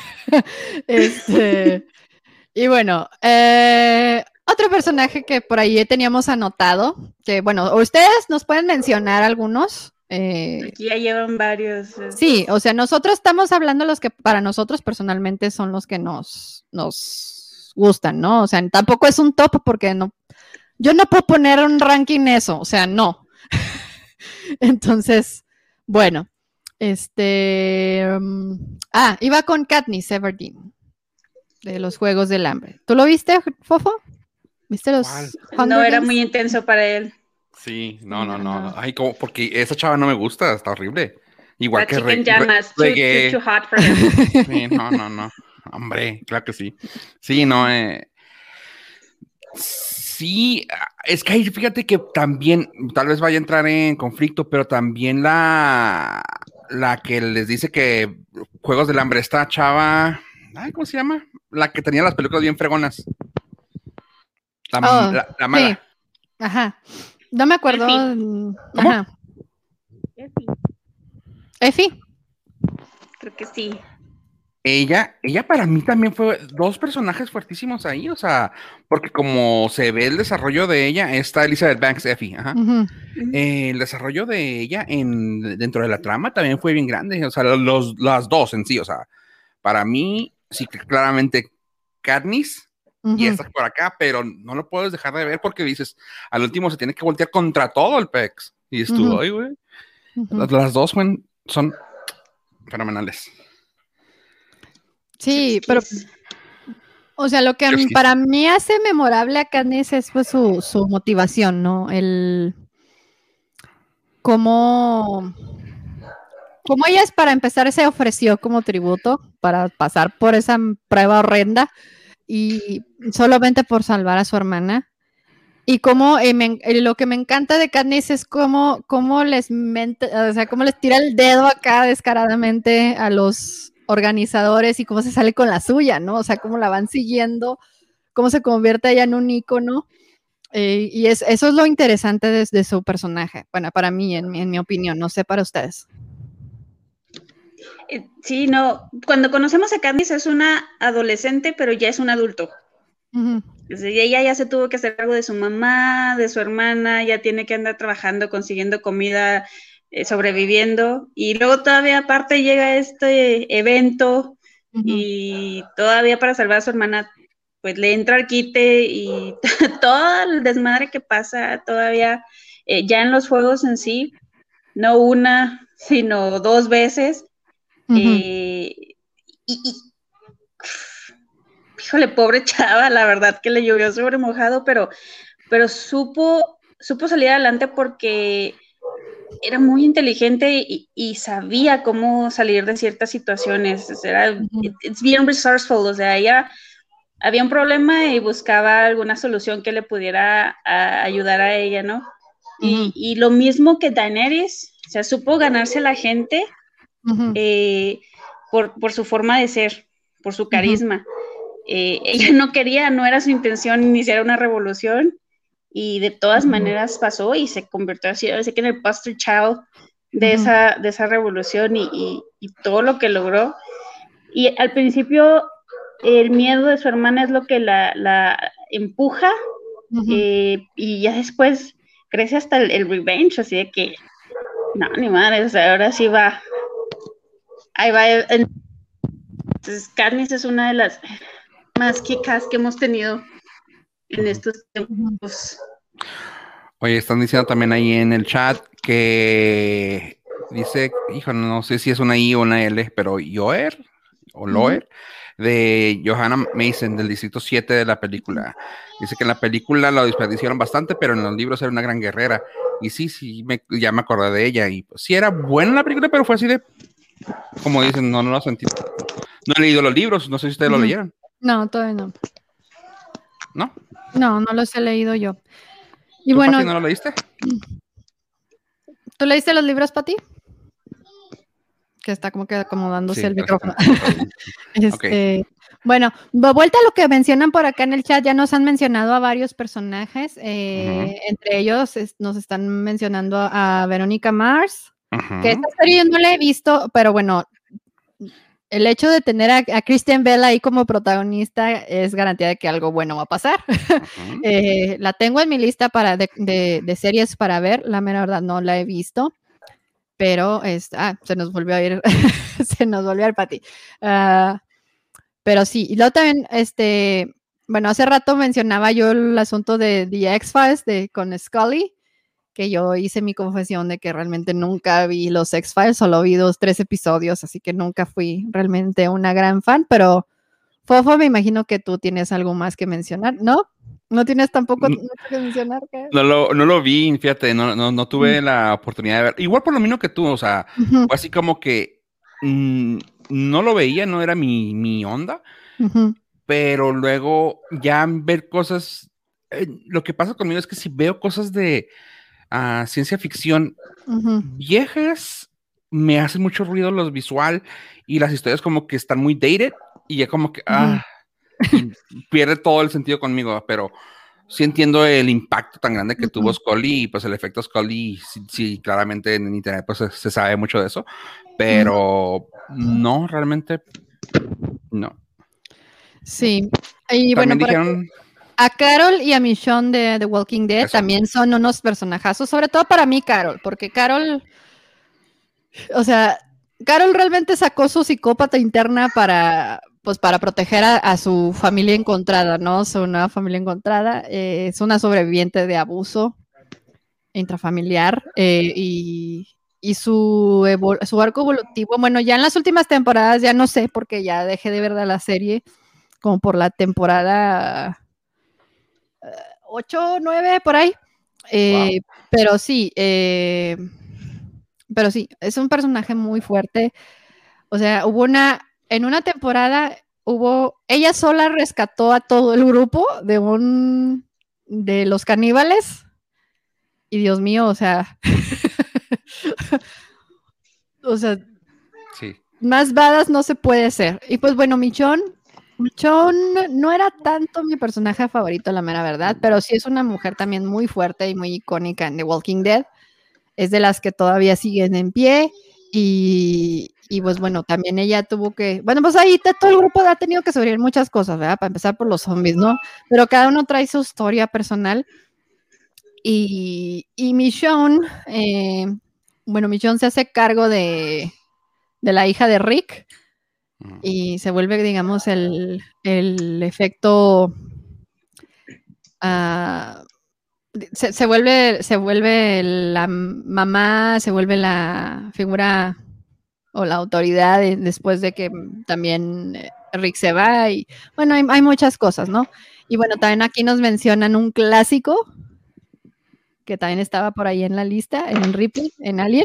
Y bueno, otro personaje que por ahí teníamos anotado, que bueno, ustedes nos pueden mencionar algunos. Aquí ya llevan varios. Sí, o sea, nosotros estamos hablando los que para nosotros personalmente son los que nos gustan, ¿no? O sea, tampoco es un top porque yo no puedo poner un ranking eso, o sea, no. Entonces, bueno, iba con Katniss Everdeen de los Juegos del Hambre. ¿Tú lo viste, Fofo? ¿Viste los No, era muy intenso para él. Sí, no. Ay, porque esa chava no me gusta, está horrible. Igual que Reggae. Too hot for him. Sí, no. Hombre, claro que sí. Sí, no, sí, es que ahí fíjate que también, tal vez vaya a entrar en conflicto, pero también la que les dice que Juegos del Hambre, esta chava, ¿cómo se llama? La que tenía las películas bien fregonas. La mala. Sí. Ajá. No me acuerdo. ¿Cómo? Ajá. Effie. Creo que sí. Ella para mí también fue dos personajes fuertísimos ahí, o sea, porque como se ve el desarrollo de ella, está Elizabeth Banks, Effie, ajá. El desarrollo de ella dentro de la trama también fue bien grande, o sea, las dos en sí, o sea, para mí, sí, claramente Katniss y esta por acá, pero no lo puedes dejar de ver porque dices, al último se tiene que voltear contra todo el PEX, y estuvo, ay, güey, las dos son fenomenales. Sí, pero, o sea, lo que para mí hace memorable a Katniss es pues su motivación, ¿no? El cómo ella para empezar se ofreció como tributo para pasar por esa prueba horrenda y solamente por salvar a su hermana. Y cómo lo que me encanta de Katniss es cómo les tira el dedo acá descaradamente a los organizadores y cómo se sale con la suya, ¿no? O sea, cómo la van siguiendo, cómo se convierte ella en un ícono. Y eso es lo interesante de su personaje. Bueno, para mí, en mi opinión, no sé para ustedes. Sí, no, cuando conocemos a Katniss es una adolescente, pero ya es un adulto. Uh-huh. Ella ya se tuvo que hacer cargo de su mamá, de su hermana, ya tiene que andar trabajando, consiguiendo comida, sobreviviendo, y luego todavía aparte llega este evento, uh-huh, y todavía para salvar a su hermana, pues le entra al quite y todo el desmadre que pasa todavía, ya en los juegos en sí, no una, sino 2 veces, uh-huh, híjole, pobre chava, la verdad que le llovió sobre mojado, pero supo salir adelante porque era muy inteligente y sabía cómo salir de ciertas situaciones. It's bien resourceful, o sea, ella había un problema y buscaba alguna solución que le pudiera ayudar a ella, ¿no? Uh-huh. Y lo mismo que Daenerys, o sea, supo ganarse a la gente, uh-huh, por su forma de ser, por su carisma. Uh-huh. Ella no era su intención iniciar una revolución y de todas maneras pasó y se convirtió así que en el poster child de, uh-huh, esa revolución y todo lo que logró. Y al principio el miedo de su hermana es lo que la empuja, uh-huh, y ya después crece hasta el revenge, así de que no, ni madre, o sea, ahora sí va, ahí va. Entonces Katniss es una de las más kick-ass que hemos tenido en estos tiempos. Oye, están diciendo también ahí en el chat que dice, hijo, no sé si es una I o una L, pero Loer, de Johanna Mason, del Distrito 7 de la película. Dice que en la película lo desperdiciaron bastante, pero en los libros era una gran guerrera. Y sí, ya me acordé de ella. Y pues, sí era buena la película, pero fue así de, como dicen, no lo sentí. No he leído los libros, no sé si ustedes lo leyeron. No, todavía no. ¿No? No los he leído yo. Y ¿Tú, bueno, Pati, no lo leíste? ¿Tú leíste los libros, Pati? Que está como que acomodándose el micrófono. Okay. Bueno, vuelta a lo que mencionan por acá en el chat, ya nos han mencionado a varios personajes, uh-huh, entre ellos nos están mencionando a Verónica Mars, uh-huh, que esta serie yo no la he visto, pero bueno, el hecho de tener a Kristen Bell ahí como protagonista es garantía de que algo bueno va a pasar. Uh-huh. La tengo en mi lista de series para ver, la mera verdad no la he visto, pero se nos volvió a ir, se nos volvió a ir Pati. Pero sí, y luego también, bueno, hace rato mencionaba yo el asunto de The X-Files con Scully, que yo hice mi confesión de que realmente nunca vi los X-Files, solo vi 2-3 episodios, así que nunca fui realmente una gran fan, pero Fofo, me imagino que tú tienes algo más que mencionar, ¿no? ¿No tienes tampoco mucho que mencionar? No lo vi, fíjate, no tuve la oportunidad de ver, igual por lo mismo que tú, o sea, uh-huh, fue así como que no lo veía, no era mi onda, uh-huh, pero luego ya ver cosas, lo que pasa conmigo es que si veo cosas de ciencia ficción, uh-huh, viejas, me hacen mucho ruido los visual y las historias como que están muy dated y ya como que y pierde todo el sentido conmigo, pero sí entiendo el impacto tan grande que, uh-huh, tuvo Scully y pues el efecto Scully, sí claramente en internet pues se sabe mucho de eso, pero no, realmente no. Sí, y bueno, dijeron... A Carol y a Michonne de The Walking Dead también son unos personajazos, sobre todo para mí Carol, porque Carol, o sea, Carol realmente sacó su psicópata interna para proteger a su familia encontrada, ¿no? Su nueva familia encontrada. Es una sobreviviente de abuso intrafamiliar y su arco evolutivo, bueno, ya en las últimas temporadas ya no sé, porque ya dejé de ver la serie como por la temporada 8, 9, por ahí. Wow. Pero sí, es un personaje muy fuerte. O sea, en una temporada ella sola rescató a todo el grupo de los caníbales. Y Dios mío, o sea, Sí. más badass no se puede ser. Y pues bueno, Michonne no era tanto mi personaje favorito, la mera verdad, pero sí es una mujer también muy fuerte y muy icónica en The Walking Dead. Es de las que todavía siguen en pie y pues bueno, también ella tuvo que, bueno, pues ahí todo el grupo ha tenido que sobrevivir muchas cosas, ¿verdad? Para empezar por los zombies, ¿no? Pero cada uno trae su historia personal y Michonne, Michonne se hace cargo de la hija de Rick y se vuelve, digamos, el efecto... se vuelve la mamá, se vuelve la figura o la autoridad después de que también Rick se va y bueno, hay muchas cosas, ¿no? Y bueno, también aquí nos mencionan un clásico que también estaba por ahí en la lista, en Ripley, en Alien,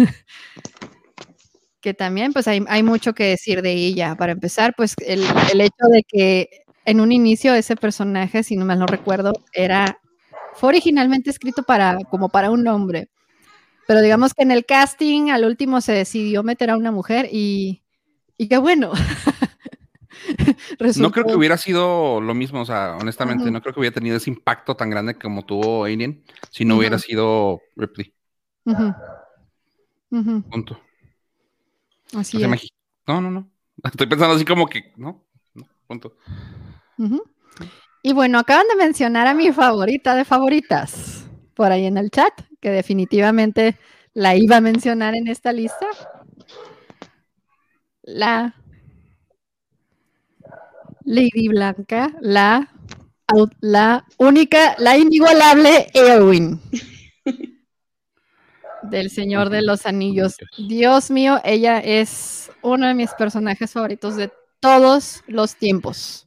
que también pues hay mucho que decir de ella. Para empezar, pues el hecho de que en un inicio ese personaje, si no mal no recuerdo, fue originalmente escrito como para un hombre, pero digamos que en el casting al último se decidió meter a una mujer y qué bueno. No creo que hubiera sido lo mismo, o sea, honestamente, no creo que hubiera tenido ese impacto tan grande como tuvo Alien si no hubiera sido Ripley. Punto. Así es. No. Estoy pensando así como que, no, punto. Y bueno, acaban de mencionar a mi favorita de favoritas por ahí en el chat, que definitivamente la iba a mencionar en esta lista. La Lady Blanca, la única, la inigualable Eowyn del Señor de los Anillos. Dios mío, ella es uno de mis personajes favoritos de todos los tiempos.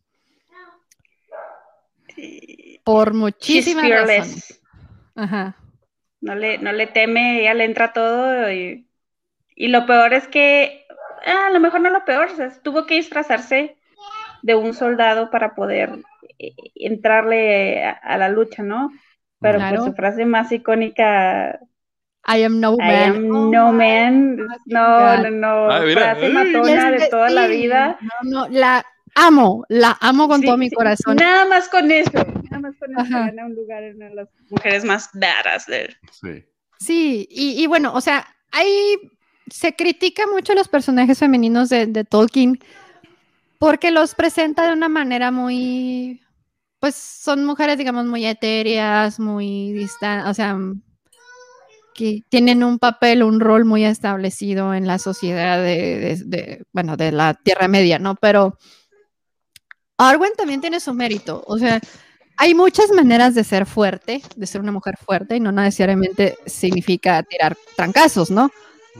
Por muchísimas razones. Ajá. No le teme, ella le entra todo y lo peor es que, a lo mejor no lo peor, o sea, tuvo que disfrazarse de un soldado para poder entrarle a la lucha, ¿no? Pero claro. pues su frase más icónica, I am no man. I am no man. No. Ay, mira. Frase matona de toda la vida. No, la amo con todo mi corazón. Nada más con eso gana un lugar en una de las mujeres más badass de él. Sí, y bueno, o sea, se critica mucho a los personajes femeninos de Tolkien porque los presenta de una manera muy, pues son mujeres, digamos, muy etéreas, muy distantes, o sea, que tienen un papel, un rol muy establecido en la sociedad de la Tierra Media, ¿no? Pero Arwen también tiene su mérito, o sea, hay muchas maneras de ser fuerte, de ser una mujer fuerte, y no necesariamente significa tirar trancazos, ¿no?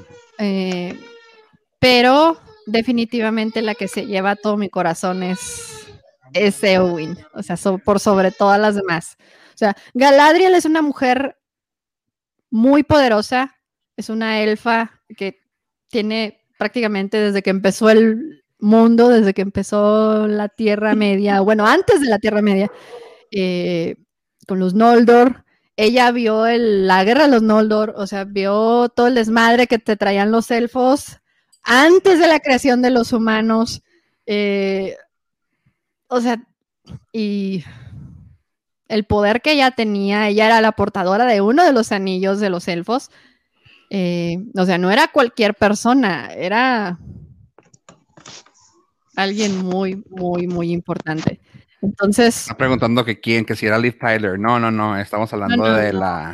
Pero definitivamente la que se lleva todo mi corazón es Eowyn, o sea, por sobre todas las demás. O sea, Galadriel es una mujer muy poderosa, es una elfa que tiene prácticamente desde que empezó el mundo, desde que empezó la Tierra Media, bueno, antes de la Tierra Media, con los Noldor, ella vio la guerra de los Noldor, o sea, vio todo el desmadre que te traían los elfos antes de la creación de los humanos, o sea, y el poder que ella tenía, ella era la portadora de uno de los anillos de los elfos, o sea, no era cualquier persona, era alguien muy, muy, muy importante. Entonces. Está preguntando que si era Liv Tyler. No, estamos hablando de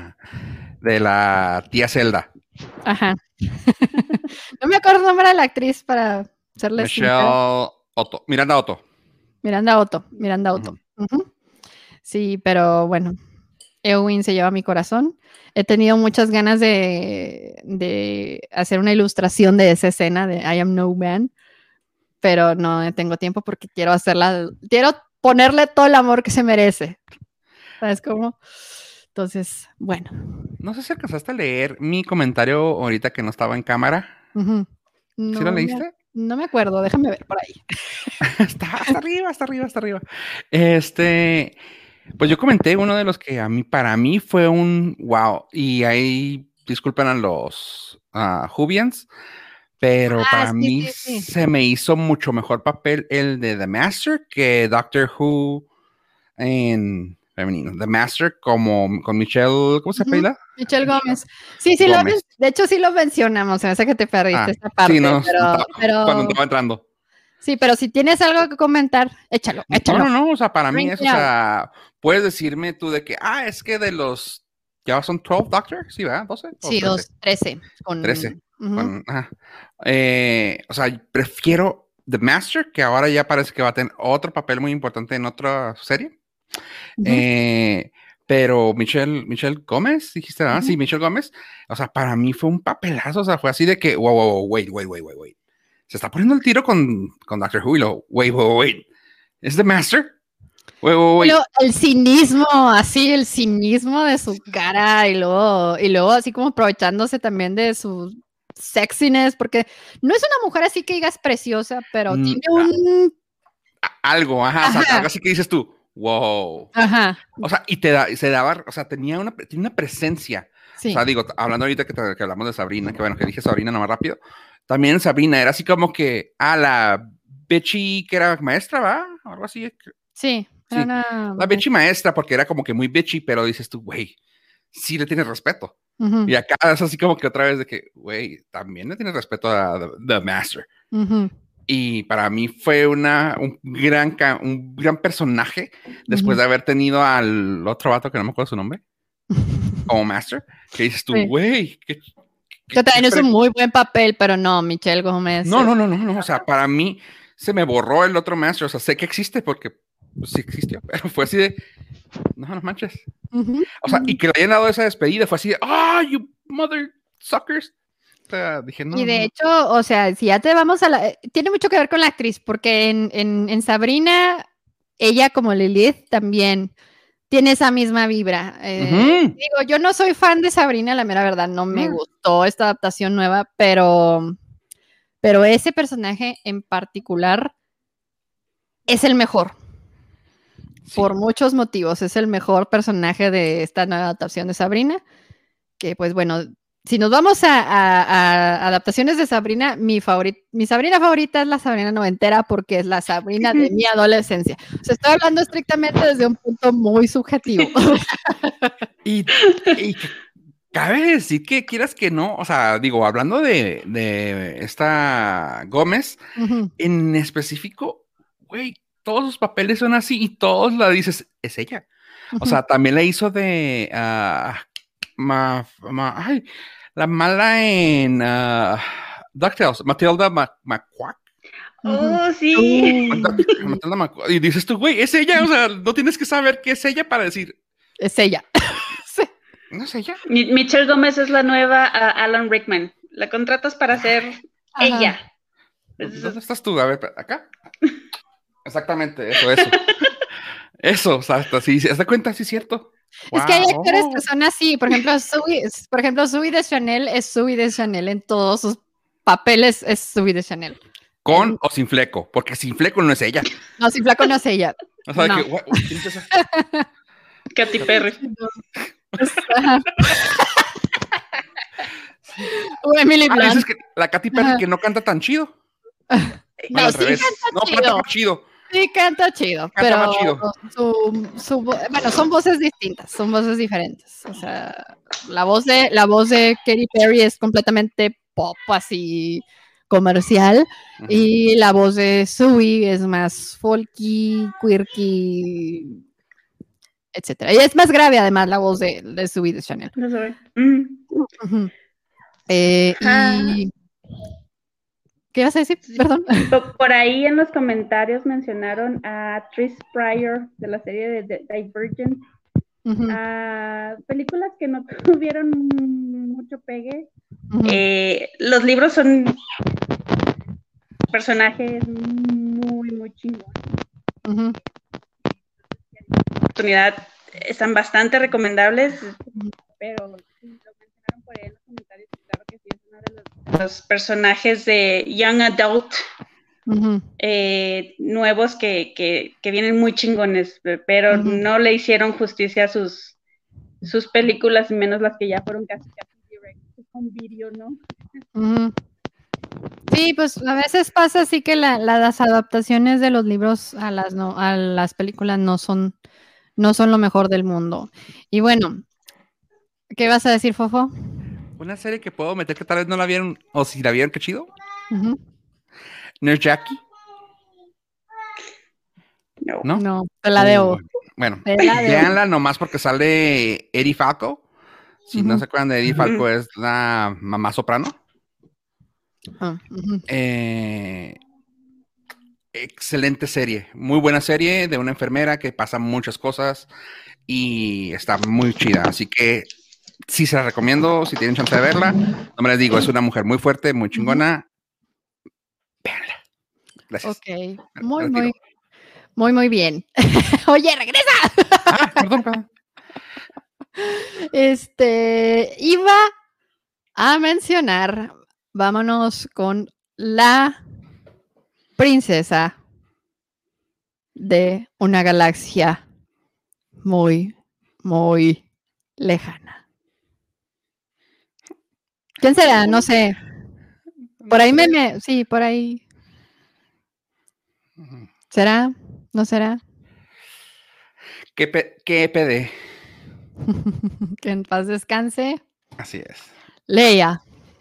la tía Zelda. Ajá. No me acuerdo el nombre de la actriz para hacerle Michelle Otto. Miranda Otto. Miranda Otto. Uh-huh. Sí, pero bueno. Eowyn se lleva mi corazón. He tenido muchas ganas de hacer una ilustración de esa escena de I Am No Man, pero no tengo tiempo porque quiero ponerle todo el amor que se merece. ¿Sabes cómo? Entonces, bueno. No sé si alcanzaste a leer mi comentario ahorita que no estaba en cámara. Uh-huh. ¿Sí lo leíste? No me acuerdo, déjame ver por ahí. Está arriba. Pues yo comenté uno de los que para mí fue un wow. Y ahí, disculpen a los Whovians, pero para mí se me hizo mucho mejor papel el de The Master que Doctor Who en femenino. The Master con Michelle, ¿cómo se llama? Michelle Gómez. Sí, Gómez. De hecho sí lo mencionamos, se me hace que te perdiste esta parte. Sí, no, pero cuando estaba entrando. Sí, pero si tienes algo que comentar, échalo. No, o sea, para mí eso, o sea, puedes decirme tú de que, es que de los, ya son 12 Doctor, ¿sí, verdad? 12. Sí, 13. 13. O sea, prefiero The Master, que ahora ya parece que va a tener otro papel muy importante en otra serie. Pero Michelle Gómez, dijiste, ¿verdad? Sí, Michelle Gómez. O sea, para mí fue un papelazo, o sea, fue así de que, wait. Se está poniendo el tiro con Doctor Who y lo, wait. ¿Es The Master? Wait. Pero el cinismo de su cara y luego así como aprovechándose también de su sexiness, porque no es una mujer así que digas preciosa, pero tiene un... Algo, ajá. O sea, algo así que dices tú, wow. Ajá. O sea, y o sea, tenía una presencia. Sí. O sea, digo, hablando ahorita que hablamos de Sabrina, que dije Sabrina nomás rápido, también Sabrina era así como que, la bitchy que era maestra, ¿va? O algo así. Sí. La bitchy maestra, porque era como que muy bitchy, pero dices tú, güey, sí le tienes respeto. Y acá es así como que otra vez de que, güey, también le tienes respeto a The Master. Y para mí fue un gran personaje después de haber tenido al otro vato que no me acuerdo su nombre, como Master, que dices tú, güey, que también es un muy buen papel, pero no, Michelle Gómez. No, o sea, para mí se me borró el otro Master, o sea, sé que existe porque pues, sí existió, pero fue así de, no manches. O sea, y que le hayan dado esa despedida, fue así de, you mother suckers. O sea, dije, no. Y de hecho, o sea, si ya te vamos tiene mucho que ver con la actriz, porque en Sabrina, ella como Lilith también tiene esa misma vibra. Digo, yo no soy fan de Sabrina, la mera verdad, no me gustó esta adaptación nueva, pero ese personaje en particular es el mejor. Sí. Por muchos motivos, es el mejor personaje de esta nueva adaptación de Sabrina, que pues bueno, si nos vamos a adaptaciones de Sabrina, mi Sabrina favorita es la Sabrina noventera porque es la Sabrina de mi adolescencia. O sea, estoy hablando estrictamente desde un punto muy subjetivo. y cabe decir que quieras que no, o sea, digo, hablando de esta Gómez, en específico, güey, todos sus papeles son así y todos la dices, es ella. O sea, también la hizo de la mala en DuckTales, Matilda McQuack. Oh, sí. Matilda McQuack. Y dices tú, güey, es ella, o sea, no tienes que saber qué es ella para decir. Es ella. Sí. ¿No es ella? Michelle Gómez es la nueva Alan Rickman. La contratas para ser ella. ¿Dónde estás tú? A ver, acá. Exactamente, eso. Eso, o sea, hasta si se da cuenta, sí es cierto. Es que hay actores que son así, por ejemplo, Zooey Deschanel es Zooey Deschanel en todos sus papeles, es Zooey Deschanel. ¿Con o sin fleco? Porque sin fleco no es ella. No, sin fleco no es ella. O sea, no. ¿quién es esa? Katy Perry. Emily Blunt. Es que la Katy Perry que no canta tan chido. No, sí canta más chido. Sí, canta chido, pero bueno, son voces distintas, son voces diferentes. O sea, la voz de Katy Perry es completamente pop, así comercial, y la voz de Zooey es más folky, quirky, etcétera. Y es más grave, además, la voz de Zooey Deschanel. No sabe. Y ¿qué vas a decir? Perdón. Por ahí en los comentarios mencionaron a Trish Pryor de la serie de Divergent. películas que no tuvieron mucho pegue. Los libros son personajes muy chingones. Oportunidad, están bastante recomendables, pero si lo mencionaron por ahí en los comentarios, claro que sí, es uno de los personajes de Young Adult nuevos que vienen muy chingones, pero no le hicieron justicia a sus películas, y menos las que ya fueron casi direct con video, ¿no? Sí, pues a veces pasa así que las adaptaciones de los libros a las películas no son lo mejor del mundo. Y bueno, ¿qué vas a decir, Fofo? Una serie que puedo meter que tal vez no la vieron, o si la vieron, qué chido. Nurse Jackie. No, te la debo. Bueno, véanla nomás porque sale Eddie Falco. Si no se acuerdan de Eddie Falco, es la mamá soprano. Excelente serie, muy buena serie de una enfermera que pasa muchas cosas y está muy chida, así que sí se la recomiendo si tienen chance de verla. No me les digo, es una mujer muy fuerte, muy chingona. Véanla. Gracias. Ok, muy bien. Oye, regresa. Perdón. Iba a mencionar, vámonos con la princesa de una galaxia muy lejana. ¿Quién será? No sé. Por ahí sí, por ahí. ¿Será? ¿No será? ¿Qué PD? Que en paz descanse. Así es. Leia.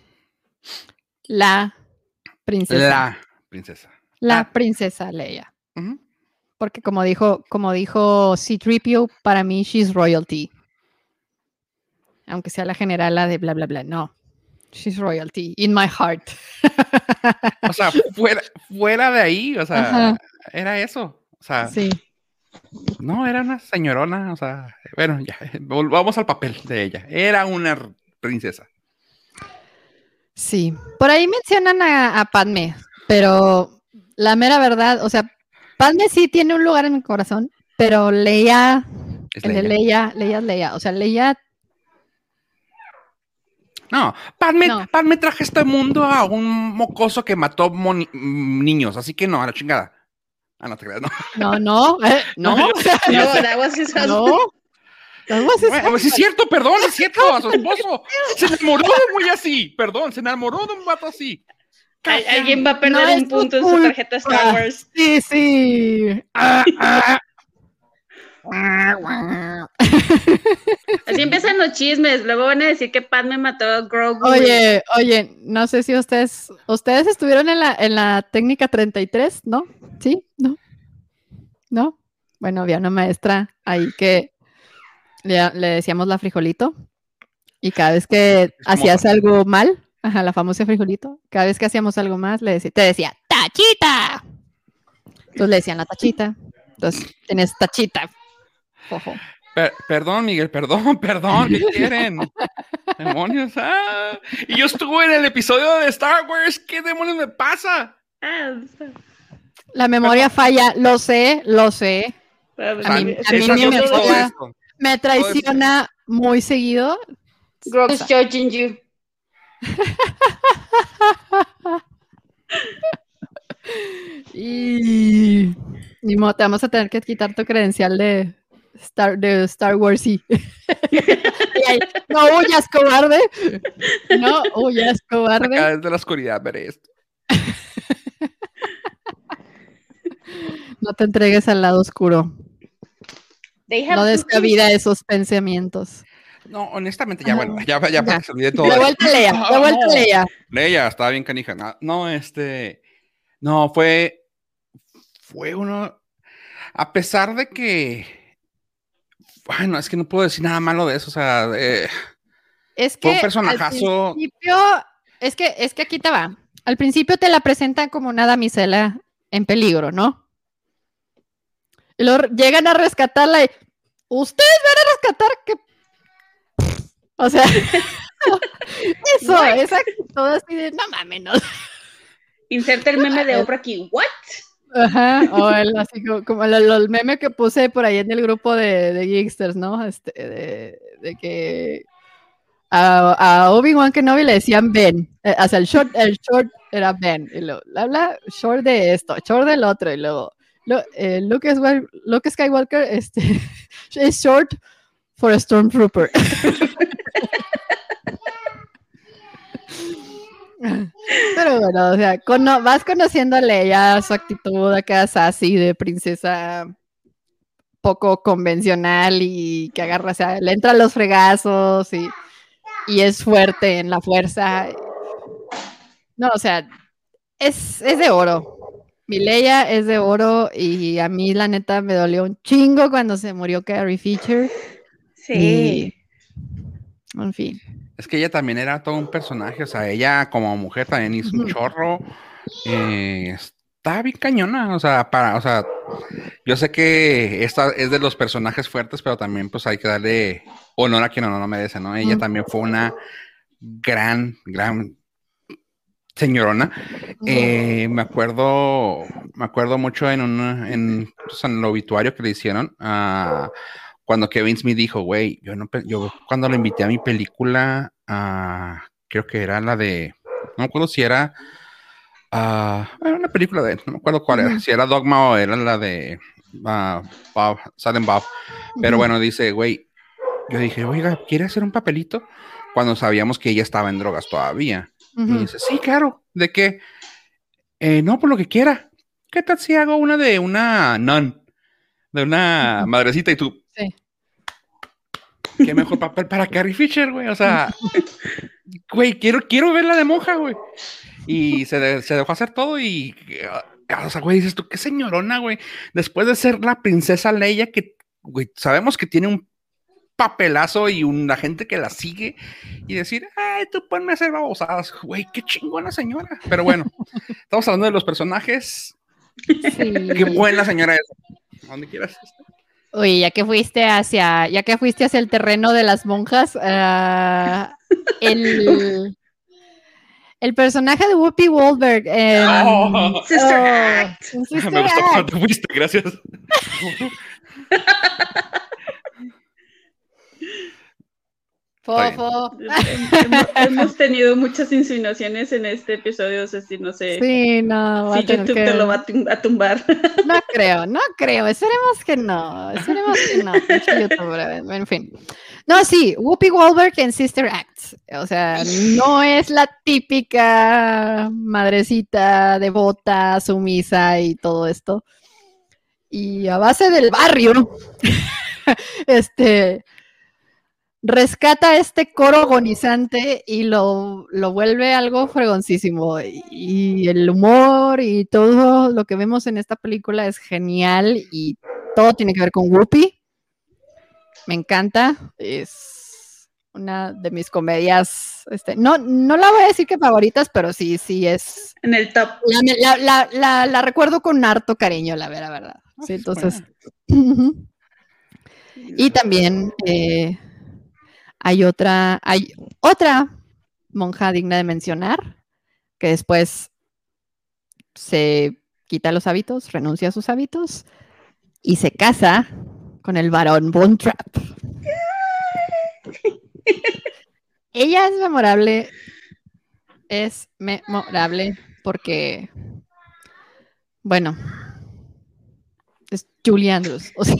La princesa. La princesa Leia. Porque como dijo C-3PO, para mí she's royalty. Aunque sea la generala de bla bla bla, no. She's royalty in my heart. O sea, fuera de ahí, o sea, era eso. O sea, sí. No, era una señorona, o sea, bueno, ya, volvamos al papel de ella. Era una princesa. Sí, por ahí mencionan a Padme, pero la mera verdad, o sea, Padme sí tiene un lugar en mi corazón, pero Leia es Leia, o sea, Leia. No, Padme traje este mundo a un mocoso que mató niños, así que no, a la chingada. No te creas, no. No. Bueno, sí es cierto, perdón, es cierto, a su esposo. Se enamoró de un güey así, perdón, se enamoró de un vato así. Alguien va a perder un punto en su tarjeta Star Wars. Sí. Así empiezan los chismes, luego van a decir que Padme mató a Grogu. Oye, no sé si ustedes estuvieron en la técnica 33, ¿no? ¿Sí? ¿No? Bueno, había una maestra ahí que le decíamos la frijolito, y cada vez que hacías algo mal, la famosa frijolito, cada vez que hacíamos algo más, te decía, ¡tachita! Entonces le decían la tachita, entonces tienes tachita. Ojo. Perdón, Miguel, perdón, ¿qué quieren? Demonios, y yo estuve en el episodio de Star Wars, ¿qué demonios me pasa? La memoria falla, lo sé. A mí me traiciona muy seguido. Grogu's judging you. Y te vamos a tener que quitar tu credencial de Star Wars. No huyas, cobarde. Acá desde la oscuridad veré esto. No te entregues al lado oscuro. No des cabida a esos pensamientos. No, honestamente, ya para que se olvide todo. De vuelta Leia. Leia, estaba bien canija. No, fue uno, a pesar de que, bueno, es que no puedo decir nada malo de eso, o sea, es que fue un personajazo. Al principio, es que aquí te va. Al principio te la presentan como una damisela en peligro, ¿no? Y luego llegan a rescatarla y, ustedes van a rescatar que... O sea, eso, esa actitud así de, no mames, no. Inserta el meme de Oprah aquí, ¿what? Ajá, o así como el meme que puse por ahí en el grupo de Geeksters, ¿no? De que a Obi-Wan Kenobi le decían Ben, o sea, el short era Ben, y luego, habla short de esto, short del otro, y luego Luke Skywalker es short for a Stormtrooper. Pero bueno, o sea, vas conociendo a Leia, su actitud acá sassy de princesa poco convencional y que agarra, o sea, le entra a los fregazos y es fuerte en la fuerza. No, o sea, es de oro. Mi Leia es de oro y a mí la neta me dolió un chingo cuando se murió Carrie Fisher. Sí. En fin. Es que ella también era todo un personaje, o sea, ella como mujer también hizo un chorro. Está bien cañona, o sea, yo sé que esta es de los personajes fuertes, pero también pues hay que darle honor a quien no merece, ¿no? Ella también fue una gran señorona. Me acuerdo mucho en el obituario que le hicieron, cuando Kevin Smith dijo, güey, yo cuando lo invité a mi película, creo que era la de, no me acuerdo si era una película de él, no me acuerdo cuál era, si era Dogma o era la de Silent Bob, pero bueno, dice, güey, yo dije, oiga, ¿quiere hacer un papelito? Cuando sabíamos que ella estaba en drogas todavía. Y dice, sí, claro, ¿de qué? No, por lo que quiera. ¿Qué tal si hago una de una nun? De una madrecita y tú. Sí. Qué mejor papel para Carrie Fisher, güey. O sea, güey, quiero verla de monja, güey. Y se dejó hacer todo y, o sea, güey, dices tú, qué señorona, güey. Después de ser la princesa Leia, que, güey, sabemos que tiene un papelazo y una gente que la sigue y decir, ay, tú ponme a hacer babosadas, güey, qué chingona señora. Pero bueno, estamos hablando de los personajes. Sí. Qué buena señora es. A donde quieras. Oye, ya que fuiste hacia el terreno de las monjas, el personaje de Whoopi Goldberg. Sister Act. Me gustó cuando te fuiste, gracias. Fofo. Hemos tenido muchas insinuaciones en este episodio, o sea, si no sé. Sí, no. Si YouTube te lo va a tumbar. No creo. Esperemos que no. YouTube, en fin. No, sí, Whoopi Goldberg en Sister Act. O sea, no es la típica madrecita devota, sumisa y todo esto. Y a base del barrio, rescata este coro agonizante y lo vuelve algo fregoncísimo. Y el humor y todo lo que vemos en esta película es genial y todo tiene que ver con Whoopi. Me encanta. Es una de mis comedias. No la voy a decir que favoritas, pero sí es. En el top. La recuerdo con harto cariño, la verdad. Sí, entonces. Y también hay otra monja digna de mencionar, que después se quita los hábitos, renuncia a sus hábitos y se casa con el varón Von Trapp. Ella es memorable porque, bueno, es Julie Andrews, o sea.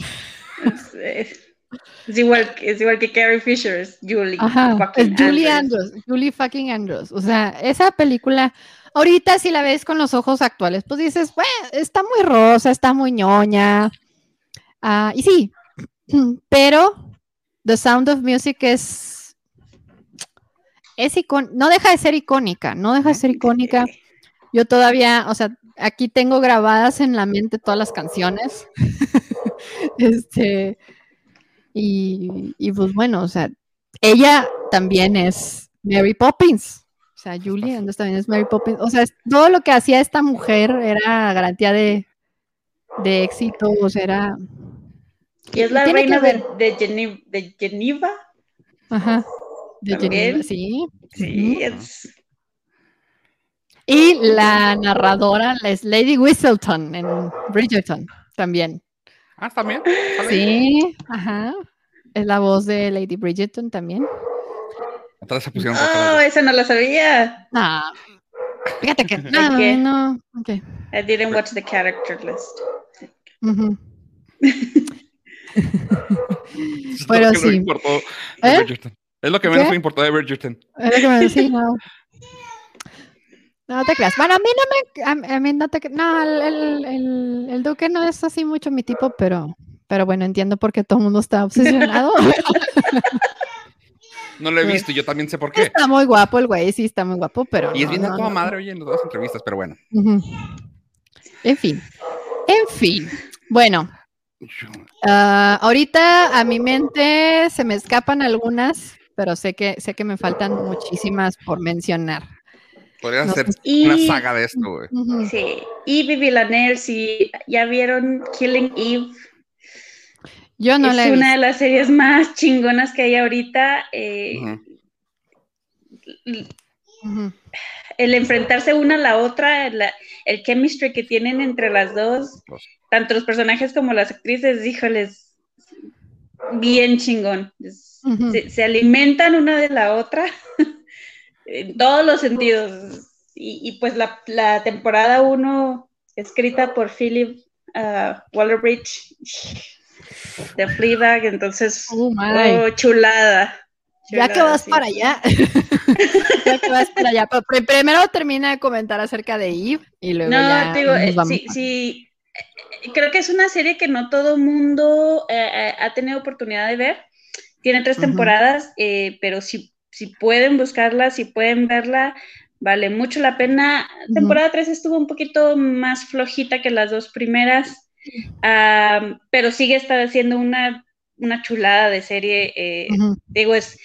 Es igual que Carrie Fisher, es Julie. Ajá, es Julie Andrews, Julie fucking Andrews. O sea, esa película, ahorita si la ves con los ojos actuales, pues dices, bueno, está muy rosa, está muy ñoña. Y sí, pero The Sound of Music no deja de ser icónica, Yo todavía, o sea, aquí tengo grabadas en la mente todas las canciones. Y pues bueno, o sea, ella también es Mary Poppins. O sea, Julie Andrews también es Mary Poppins. O sea, todo lo que hacía esta mujer era garantía de éxito. O sea, Y es la reina de Geneva. Ajá. De También. Geneva, sí. Sí, es... Y la narradora es Lady Whistleton en Bridgerton también. Ah, ¿también? Sí, ajá. Es la voz de Lady Bridgerton también. Atrás se pusieron Oh, esa no la sabía. Ah, fíjate que Okay. no. Okay. I didn't watch the character list. Ujú. Es Pero lo que sí. me importó de Bridgerton. Es lo que menos ¿Qué? me importó de Bridgerton. Es lo que me decía, no. No te creas. Bueno, a mí no te no, el Duque no es así mucho mi tipo, pero bueno, entiendo por qué todo el mundo está obsesionado. No lo he visto, yo también sé por qué. Está muy guapo el güey, sí, está muy guapo, pero Y es bien a toda no. madre, oye, en las dos entrevistas, pero bueno. Uh-huh. En fin. Bueno, ahorita a mi mente se me escapan algunas, pero sé que me faltan muchísimas por mencionar. Podrías hacer Y- una saga de esto, güey. Ujú. Sí. Ivy Villanelle, si ya vieron Killing Eve, Yo no la he es una visto. de las series más chingonas que hay ahorita. Ujú. El enfrentarse una a la otra, el chemistry que tienen entre las dos, tanto los personajes como las actrices, híjoles, bien chingón. Ujú. Se alimentan una de la otra en todos los sentidos. Y pues la temporada 1, escrita por Philip Waller-Bridge, de Fleabag, entonces, chulada. Ya que vas para allá. Ya que vas para allá. Pero primero termina de comentar acerca de Eve y luego ya digo, nos vamos. sí, creo que es una serie que no todo mundo ha tenido oportunidad de ver. Tiene 3 temporadas, pero si pueden buscarla, si pueden verla, vale mucho la pena. Temporada 3 estuvo un poquito más flojita que las 2 primeras, pero sigue siendo una chulada de serie. Digo, es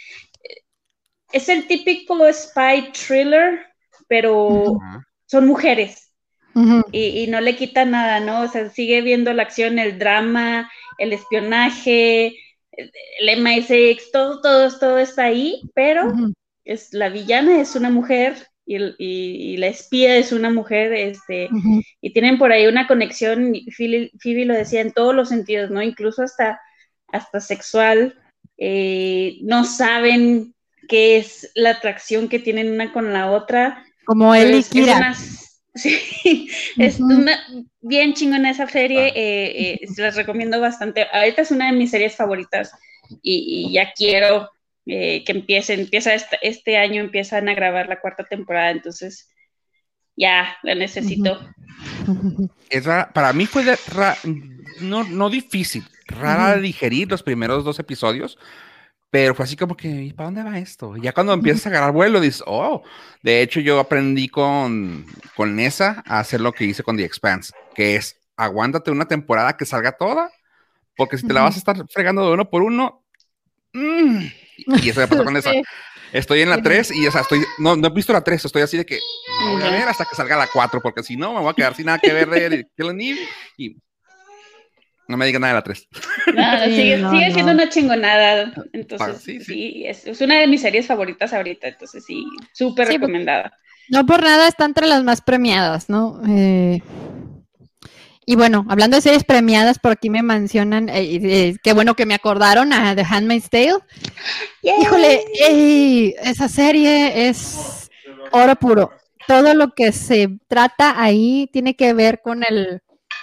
el típico spy thriller, pero son mujeres. Y no le quita nada, ¿no? O sea, sigue viendo la acción, el drama, el espionaje, el MI6, todo está ahí, pero la villana es una mujer y la espía es una mujer, y tienen por ahí una conexión. Phoebe lo decía, en todos los sentidos, ¿no? Incluso hasta sexual. No saben qué es la atracción que tienen una con la otra. Como él y Kira. Sí, es una bien chingona esa serie. Se las recomiendo bastante. Ahorita es una de mis series favoritas y ya quiero que empieza este año, empiezan a grabar la 4ª temporada, entonces ya la necesito. Para mí fue no difícil, rara de digerir los primeros 2 episodios, pero fue así como que, ¿para dónde va esto? Y ya cuando empiezas a agarrar vuelo, dices, de hecho yo aprendí con Nessa a hacer lo que hice con The Expanse, que es, aguántate una temporada que salga toda, porque si te la vas a estar fregando de uno por uno, y eso me pasó con esa. Estoy en la 3 y, o sea, no he visto la 3, estoy así de que no voy a ver hasta que salga la 4, porque si no me voy a quedar sin nada que ver de Killing Eve y no me digan nada de la 3. Sigue siendo una chingonada. Entonces, sí, es una de mis series favoritas ahorita. Entonces, sí, súper recomendada. No por nada está entre las más premiadas, ¿no? Y bueno, hablando de series premiadas, por aquí me mencionan, qué bueno que me acordaron a The Handmaid's Tale. ¡Yay! Híjole, esa serie es oro puro. Todo lo que se trata ahí tiene que ver con el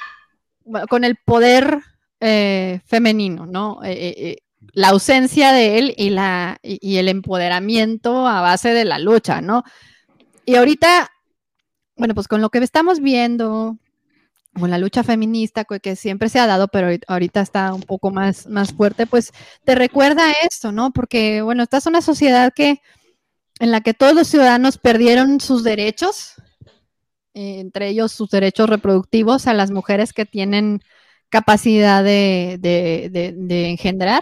poder femenino, ¿no? La ausencia de él y el empoderamiento a base de la lucha, ¿no? Y ahorita, bueno, pues con lo que estamos viendo, con la lucha feminista que siempre se ha dado, pero ahorita está un poco más fuerte, pues te recuerda esto, ¿no? Porque, bueno, esta es una sociedad en la que todos los ciudadanos perdieron sus derechos, entre ellos sus derechos reproductivos a las mujeres que tienen capacidad de engendrar,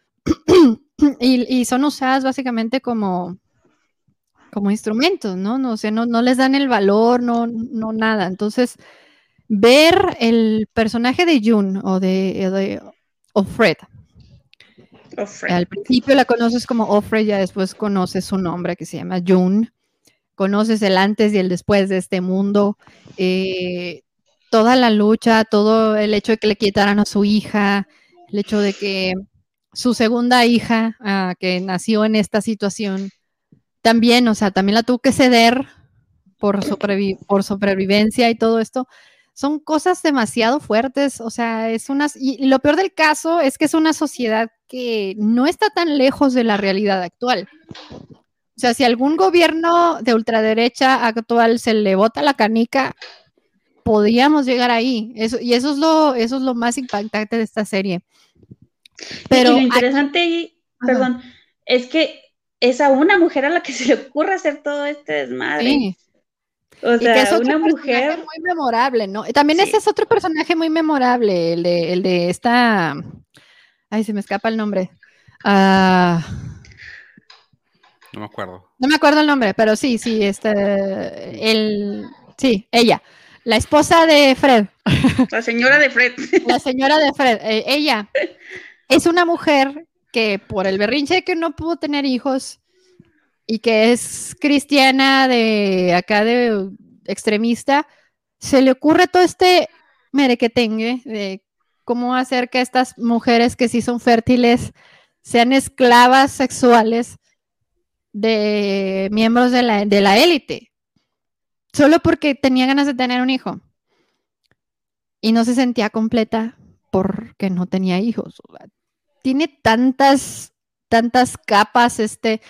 y son usadas básicamente como instrumentos, ¿no? O sea, no les dan el valor, no nada. Entonces, ver el personaje de June o de Offred. Al principio la conoces como Offred, ya después conoces su nombre que se llama June. Conoces el antes y el después de este mundo. Toda la lucha, todo el hecho de que le quitaran a su hija, el hecho de que su segunda hija, que nació en esta situación, también, o sea, también la tuvo que ceder por sobrevivencia y todo esto. Son cosas demasiado fuertes, o sea, y lo peor del caso es que es una sociedad que no está tan lejos de la realidad actual. O sea, si algún gobierno de ultraderecha actual se le bota la canica, podríamos llegar ahí. Eso es lo más impactante de esta serie. Pero y lo interesante, perdón, es que es a una mujer a la que se le ocurre hacer todo este desmadre. Sí. O sea, y que es otro una personaje mujer muy memorable, ¿no? También ese es otro personaje muy memorable, el de esta... Ay, se me escapa el nombre. No me acuerdo. No me acuerdo el nombre, pero sí, sí, ella, la esposa de Fred. La señora de Fred. La señora de Fred, ella es una mujer que por el berrinche que no pudo tener hijos y que es cristiana de extremista, se le ocurre todo este merequetengue de cómo hacer que estas mujeres que sí son fértiles sean esclavas sexuales de miembros de la élite, solo porque tenía ganas de tener un hijo y no se sentía completa porque no tenía hijos. Tiene tantas capas esta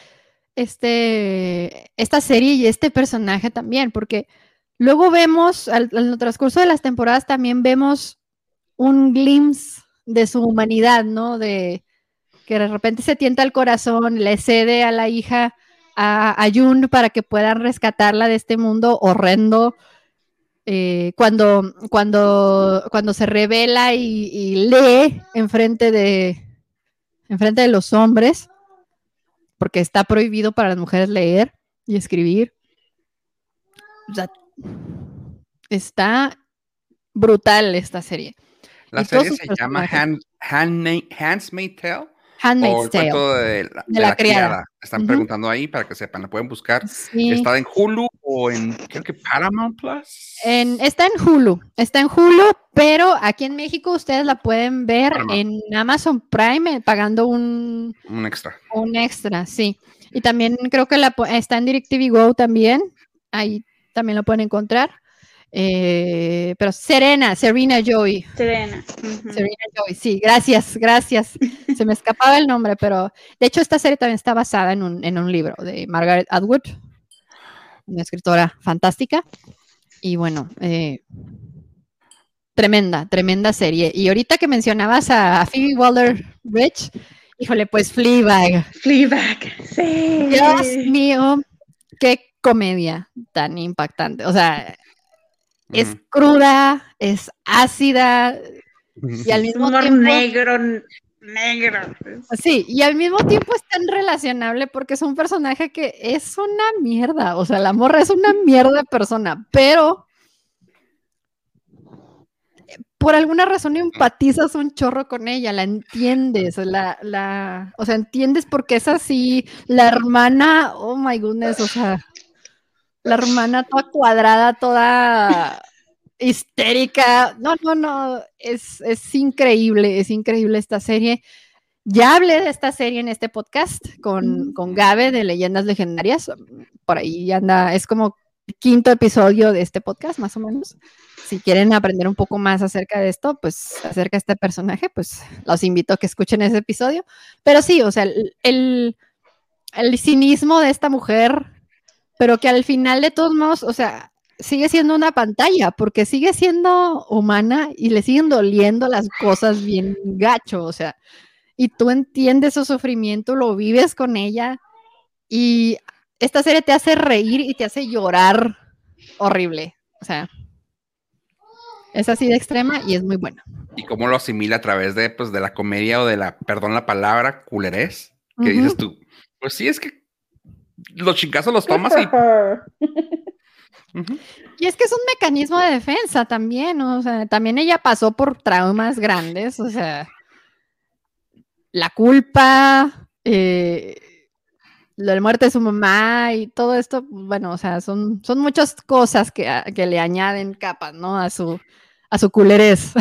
serie y este personaje también, porque luego vemos, al transcurso de las temporadas también vemos un glimpse de su humanidad, ¿no? De que de repente se tienta el corazón, le cede a la hija a June para que puedan rescatarla de este mundo horrendo. Cuando se revela y lee enfrente de los hombres, porque está prohibido para las mujeres leer y escribir. O sea, está brutal esta serie. La serie se llama Handmaid's Tale. Handmaid's Tale. O el cuento de la criada. Están preguntando ahí para que sepan, la pueden buscar. Sí. ¿Está en Hulu o en, creo que Paramount Plus? Está en Hulu, pero aquí en México ustedes la pueden ver en Amazon Prime pagando un extra. Un extra, sí. Y también creo que está en DirecTV Go también. Ahí también lo pueden encontrar. Pero Serena Joy. Serena Joy, sí, gracias. Se me escapaba el nombre, pero de hecho esta serie también está basada en un libro de Margaret Atwood, una escritora fantástica. Y bueno, tremenda serie. Y ahorita que mencionabas a Phoebe Waller-Bridge, híjole, pues Fleabag, sí. Dios mío, qué comedia tan impactante. O sea, es cruda, es ácida y al mismo tiempo negro. Sí, y al mismo tiempo es tan relacionable porque es un personaje que es una mierda. O sea, la morra es una mierda de persona, pero por alguna razón empatizas un chorro con ella, la entiendes, o sea, entiendes por qué es así, la hermana, oh my goodness, o sea, la hermana toda cuadrada, toda histérica, no, es increíble esta serie. Ya hablé de esta serie en este podcast con Gabe de Leyendas Legendarias, por ahí anda, es como el 5º episodio de este podcast, más o menos. Si quieren aprender un poco más acerca de esto, pues acerca de este personaje, pues los invito a que escuchen ese episodio. Pero sí, o sea, el cinismo de esta mujer, pero que al final de todos modos, o sea, sigue siendo una pantalla, porque sigue siendo humana y le siguen doliendo las cosas bien gacho, o sea, y tú entiendes su sufrimiento, lo vives con ella, y esta serie te hace reír y te hace llorar horrible, o sea, es así de extrema y es muy buena. Y cómo lo asimila a través de, pues, de la comedia o de perdón la palabra, culerés, que dices tú, pues sí, es que los chingazos los tomas y... Y es que es un mecanismo de defensa también, o sea, también ella pasó por traumas grandes, o sea, la culpa, la muerte de su mamá y todo esto, bueno, o sea, son muchas cosas que le añaden capas, ¿no? A su culerez.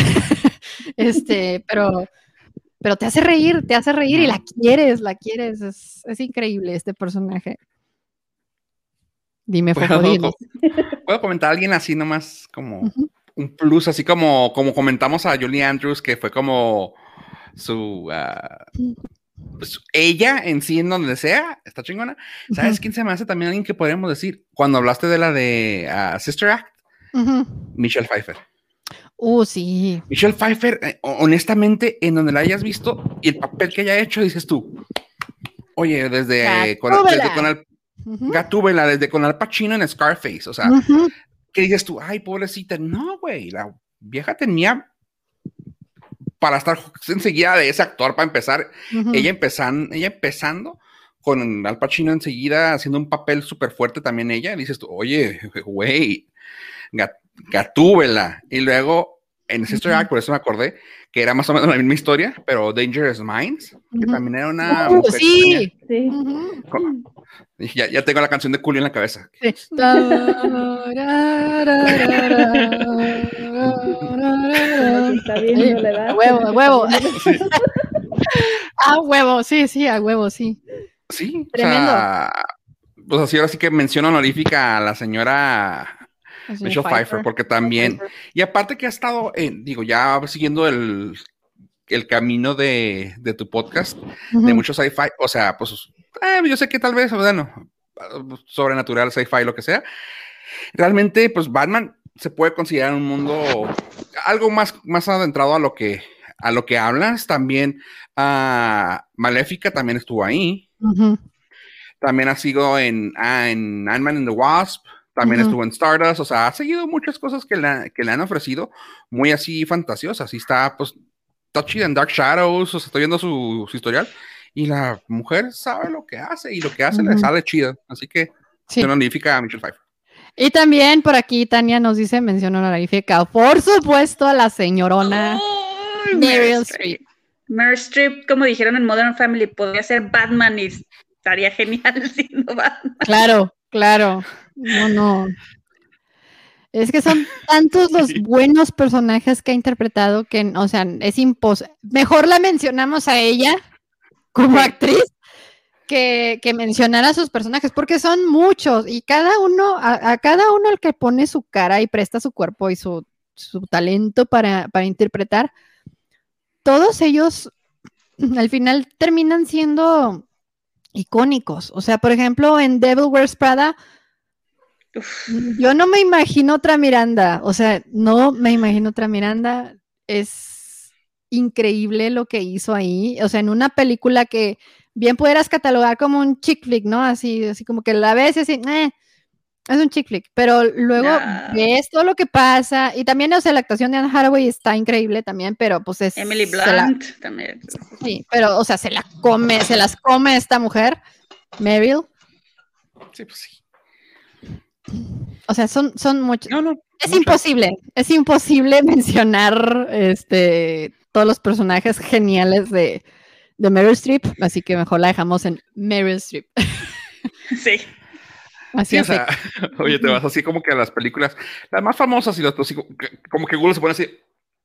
Pero te hace reír y la quieres. Es increíble este personaje. Dime, Fofo, dime. ¿Puedo comentar a alguien así nomás como un plus, así como comentamos a Julie Andrews, que fue como su... pues ella en sí, en donde sea, está chingona. ¿Sabes quién se me hace también alguien que podríamos decir? Cuando hablaste de la de Sister Act, Michelle Pfeiffer. Sí. Michelle Pfeiffer, honestamente, en donde la hayas visto y el papel que haya hecho, dices tú, oye, desde con Gatúbela, desde con Al Pacino en Scarface, o sea, ¿qué dices tú? Ay, pobrecita, no, güey, la vieja tenía para estar enseguida de ese actor, para empezar, ella empezando con Al Pacino enseguida, haciendo un papel súper fuerte también ella, dices tú, oye, güey, Gatúbela, y luego en Sister Act, por eso me acordé, que era más o menos la misma historia, pero Dangerous Minds, que también era una mujer sí. Ya tengo la canción de Coolio en la cabeza. Sí. Huevo. Sí. Huevo, sí, a huevo, sí. Sí, tremendo. O sea, pues así ahora sí que mención honorífica a la señora Michelle Pfeiffer, porque también, y aparte que ha estado, ya siguiendo el camino de tu podcast, de mucho sci-fi, o sea, pues, yo sé que tal vez, bueno, sobrenatural, sci-fi, lo que sea, realmente, pues, Batman se puede considerar un mundo algo más adentrado a lo que hablas, también, Maléfica también estuvo ahí, también ha sido en Ant-Man and the Wasp, también estuvo en Stardust, o sea, ha seguido muchas cosas que le han ofrecido, muy así fantasiosas, y está, pues, Touchy and Dark Shadows, o sea, estoy viendo su historial, y la mujer sabe lo que hace, y lo que hace le sale chido, así que se notifica a Michelle Pfeiffer. Y también por aquí Tania nos dice, mención honorífica, por supuesto, a la señorona Meryl Streep. Meryl Streep, como dijeron en Modern Family, podría ser Batman y estaría genial siendo Batman. Claro. No. Es que son tantos los buenos personajes que ha interpretado que, o sea, es imposible. Mejor la mencionamos a ella como actriz que mencionar a sus personajes, porque son muchos y cada uno, a cada uno al que pone su cara y presta su cuerpo y su talento para interpretar, todos ellos al final terminan siendo icónicos. O sea, por ejemplo, en Devil Wears Prada, yo no me imagino otra Miranda, o sea, no me imagino otra Miranda, es increíble lo que hizo ahí, o sea, en una película que bien pudieras catalogar como un chick flick, ¿no? Así como que la ves y así, es un chick flick, pero luego ves todo lo que pasa, y también, o sea, la actuación de Anne Hathaway está increíble también, pero pues es... Emily Blunt también. Sí, pero, o sea, se las come esta mujer, Meryl. Sí, pues sí. O sea, son muchos. No, es imposible mencionar todos los personajes geniales de Meryl Streep, así que mejor la dejamos en Meryl Streep. Sí. Así sí, o sea, oye, te vas así como que a las películas, las más famosas y así, como que Google se pone así.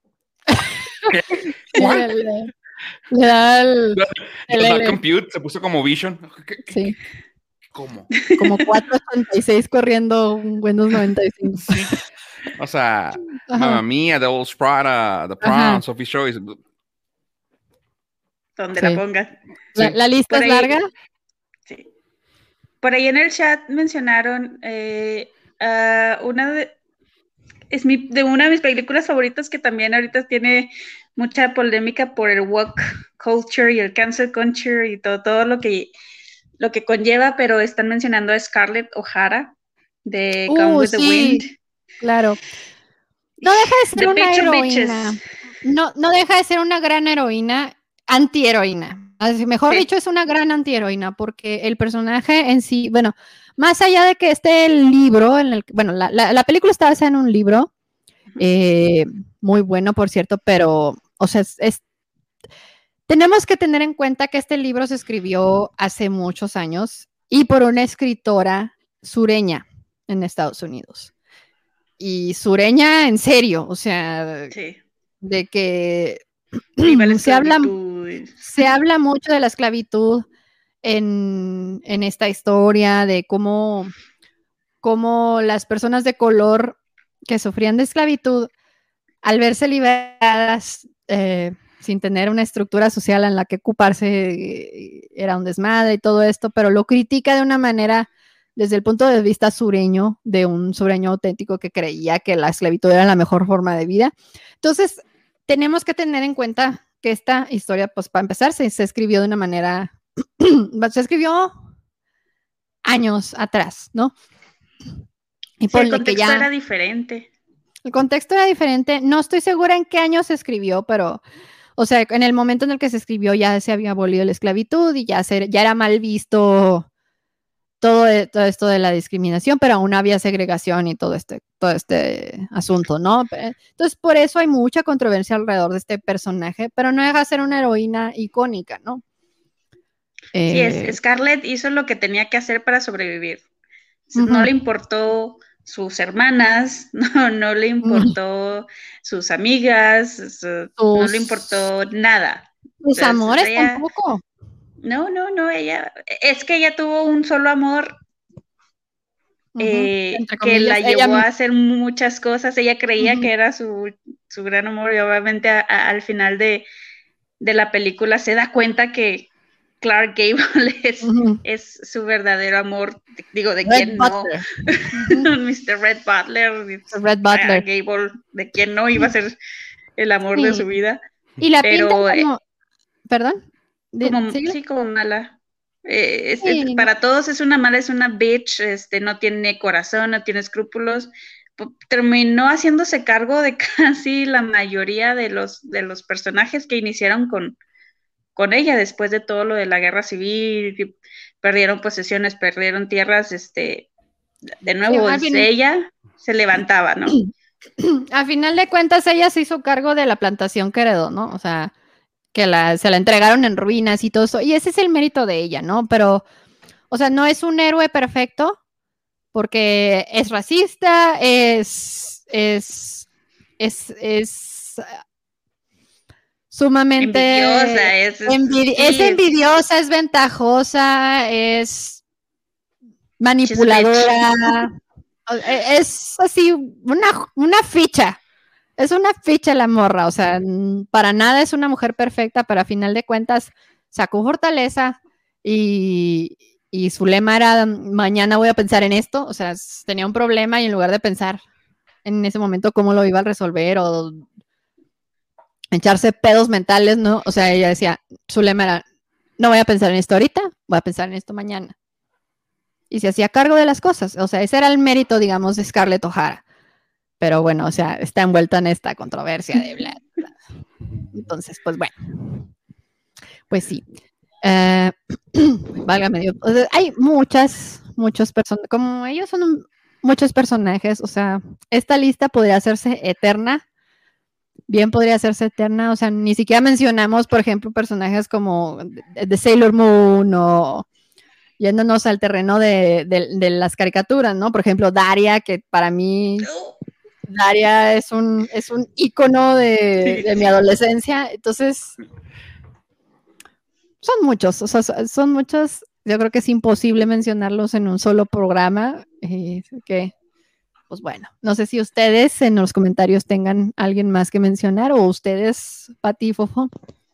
Le da el compute, se puso como Vision. Sí. ¿Cómo? Como 486 corriendo un Windows 95. Sí. O sea, Mamma Mia, The Old Sprada, The Prom, Sophie's Choice. Donde la pongas. La lista es larga. Sí. Por ahí en el chat mencionaron de una de mis películas favoritas, que también ahorita tiene mucha polémica por el woke culture y el cancel culture y todo lo que conlleva, pero están mencionando a Scarlett O'Hara de Gone with the Wind. Claro. No deja de ser una heroína. No deja de ser una gran heroína, antiheroína. Mejor dicho, es una gran antiheroína, porque el personaje en sí, bueno, más allá de que esté el libro, la película está basada en un libro, muy bueno, por cierto, pero, o sea, Tenemos que tener en cuenta que este libro se escribió hace muchos años y por una escritora sureña en Estados Unidos. Y sureña en serio, o sea, Sí. de que Viva la se habla esclavitud. mucho de la esclavitud en esta historia, de cómo las personas de color que sufrían de esclavitud, al verse liberadas sin tener una estructura social en la que ocuparse, era un desmadre y todo esto, pero lo critica de una manera desde el punto de vista sureño, de un sureño auténtico que creía que la esclavitud era la mejor forma de vida. Entonces, tenemos que tener en cuenta que esta historia, pues para empezar, se escribió de una manera, se escribió años atrás, ¿no? Y sí, el contexto era diferente. El contexto era diferente. No estoy segura en qué año se escribió, pero, o sea, en el momento en el que se escribió ya se había abolido la esclavitud y ya era mal visto todo esto de la discriminación, pero aún había segregación y todo este asunto, ¿no? Entonces, por eso hay mucha controversia alrededor de este personaje, pero no deja de ser una heroína icónica, ¿no? Sí, Scarlett hizo lo que tenía que hacer para sobrevivir. No le importó sus hermanas, no le importó sus amigas, no le importó nada. Sus amores tampoco. No, es que ella tuvo un solo amor que la llevó a hacer muchas cosas. Ella creía que era su gran amor y obviamente al final de la película se da cuenta que Clark Gable es su verdadero amor. Digo, ¿de quién no? Mr. Red Butler. Clark Gable, ¿de quién no iba a ser el amor de su vida? Y la pinta como... ¿Perdón? Como mala. Para todos es una mala, es una bitch, no tiene corazón, no tiene escrúpulos. Terminó haciéndose cargo de casi la mayoría de los personajes que iniciaron con ella después de todo lo de la guerra civil, perdieron posesiones, perdieron tierras, de nuevo, ella se levantaba, ¿no? A final de cuentas, ella se hizo cargo de la plantación que heredó, ¿no? O sea, que se la entregaron en ruinas y todo eso, y ese es el mérito de ella, ¿no? Pero, o sea, no es un héroe perfecto, porque es racista, es sumamente envidiosa, es ventajosa, es manipuladora, es así una ficha. Es una ficha la morra, o sea, para nada es una mujer perfecta, pero a final de cuentas sacó fortaleza y su lema era, mañana voy a pensar en esto, o sea, tenía un problema y en lugar de pensar en ese momento cómo lo iba a resolver o echarse pedos mentales, ¿no? O sea, ella decía, su lema era, no voy a pensar en esto ahorita, voy a pensar en esto mañana. Y se hacía cargo de las cosas, o sea, ese era el mérito, digamos, de Scarlett O'Hara. Pero bueno, o sea, está envuelta en esta controversia de bla, bla. Entonces, pues bueno. Pues sí. Válgame Dios. O sea, hay muchos personajes, como ellos son muchos personajes, o sea, esta lista podría hacerse eterna. Bien podría hacerse eterna, o sea, ni siquiera mencionamos, por ejemplo, personajes como de Sailor Moon o yéndonos al terreno de las caricaturas, ¿no? Por ejemplo, Daria, que para mí... Daria es un ícono de mi adolescencia, entonces son muchos, o sea, son muchos, yo creo que es imposible mencionarlos en un solo programa, que, pues bueno, no sé si ustedes en los comentarios tengan alguien más que mencionar, o ustedes, Pati y Fofo.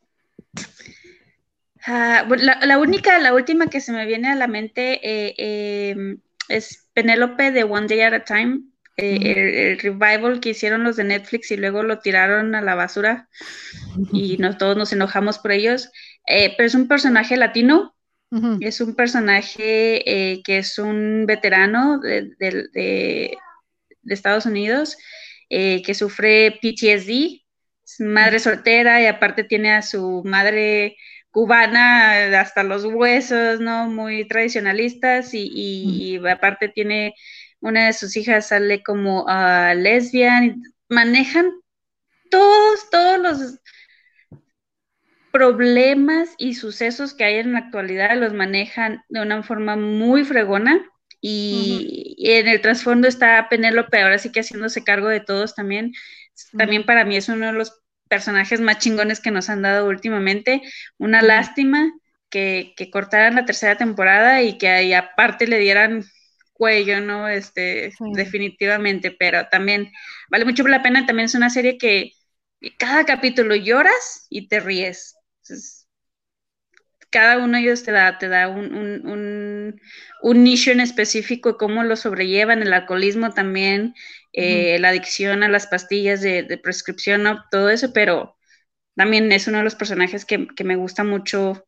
La última que se me viene a la mente es Penélope de One Day at a Time. El revival que hicieron los de Netflix y luego lo tiraron a la basura y todos nos enojamos por ellos, pero es un personaje latino, es un personaje que es un veterano de Estados Unidos que sufre PTSD, es madre soltera y aparte tiene a su madre cubana hasta los huesos, ¿no? Muy tradicionalistas y aparte tiene una de sus hijas sale como lesbian, manejan todos los problemas y sucesos que hay en la actualidad los manejan de una forma muy fregona. Y en el trasfondo está Penélope, ahora sí que haciéndose cargo de todos también. También para mí es uno de los personajes más chingones que nos han dado últimamente. Una lástima que cortaran la tercera temporada y que ahí aparte le dieran cuello, ¿no? Definitivamente, pero también vale mucho la pena. También es una serie que cada capítulo lloras y te ríes. Entonces, cada uno de ellos te da un nicho en específico, cómo lo sobrellevan, el alcoholismo también, la adicción a las pastillas de prescripción, ¿no? Todo eso, pero también es uno de los personajes que me gusta mucho,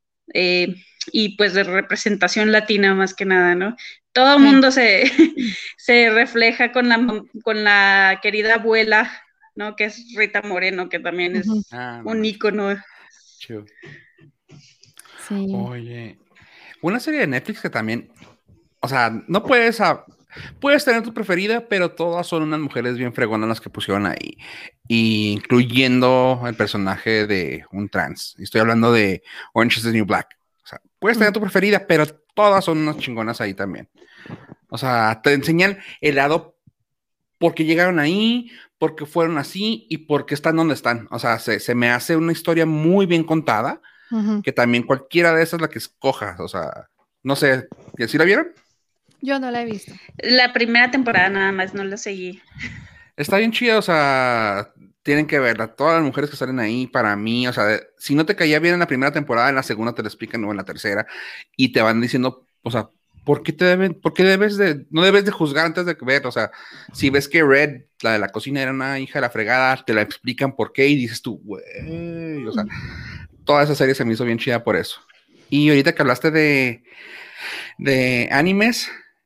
y pues de representación latina más que nada, ¿no? Todo el mundo se refleja con la querida abuela, ¿no? Que es Rita Moreno, que también es un ícono. Chido. Sí. Oye, una serie de Netflix que también, o sea, no puedes tener tu preferida, pero todas son unas mujeres bien fregonas las que pusieron ahí, incluyendo el personaje de un trans. Estoy hablando de Orange is the New Black. O sea, puedes tener tu preferida, pero todas son unas chingonas ahí también. O sea, te enseñan el lado porque llegaron ahí, porque fueron así y porque están donde están. O sea, se me hace una historia muy bien contada, que también cualquiera de esas la que escojas. O sea, no sé, ¿sí la vieron? Yo no la he visto. La primera temporada nada más, no la seguí. Está bien chida, o sea, tienen que verla. Todas las mujeres que salen ahí, para mí, o sea, si no te caía bien en la primera temporada, en la segunda te lo explican, o en la tercera, y te van diciendo, o sea, no debes de juzgar antes de ver? O sea, si ves que Red, la de la cocina, era una hija de la fregada, te la explican por qué, y dices tú, güey, o sea, toda esa serie se me hizo bien chida por eso. Y ahorita que hablaste de animes,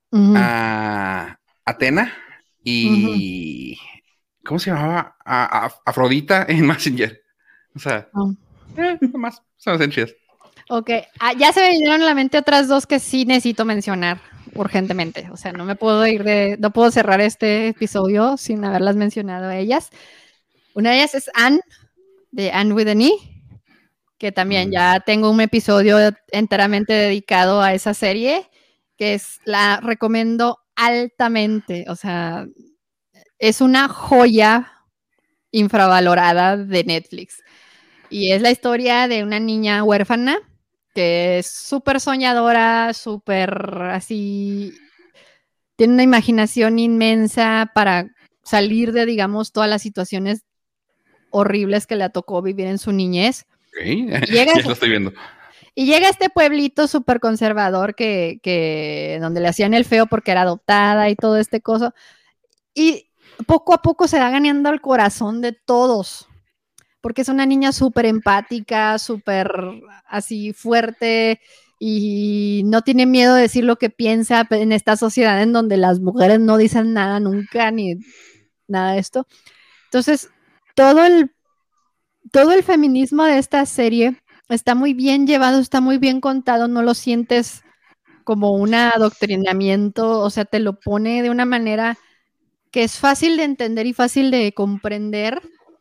Athena y ¿cómo se llamaba? Afrodita en Messenger. O sea, nomás se me hacen chidas. Ok, ya se me vinieron a la mente otras dos que sí necesito mencionar urgentemente. O sea, no puedo cerrar este episodio sin haberlas mencionado a ellas. Una de ellas es Anne, de Anne with an E, que también ya tengo un episodio enteramente dedicado a esa serie, que la recomiendo altamente. O sea, es una joya infravalorada de Netflix. Y es la historia de una niña huérfana que es súper soñadora, súper así, tiene una imaginación inmensa para salir de, digamos, todas las situaciones horribles que le tocó vivir en su niñez. Okay. Ya lo estoy viendo. Y llega a este pueblito súper conservador donde le hacían el feo porque era adoptada y todo este coso. Y poco a poco se va ganando el corazón de todos, porque es una niña súper empática, súper así fuerte y no tiene miedo de decir lo que piensa en esta sociedad en donde las mujeres no dicen nada nunca ni nada de esto. Entonces, todo el feminismo de esta serie está muy bien llevado, está muy bien contado, no lo sientes como un adoctrinamiento, o sea, te lo pone de una manera que es fácil de entender y fácil de comprender,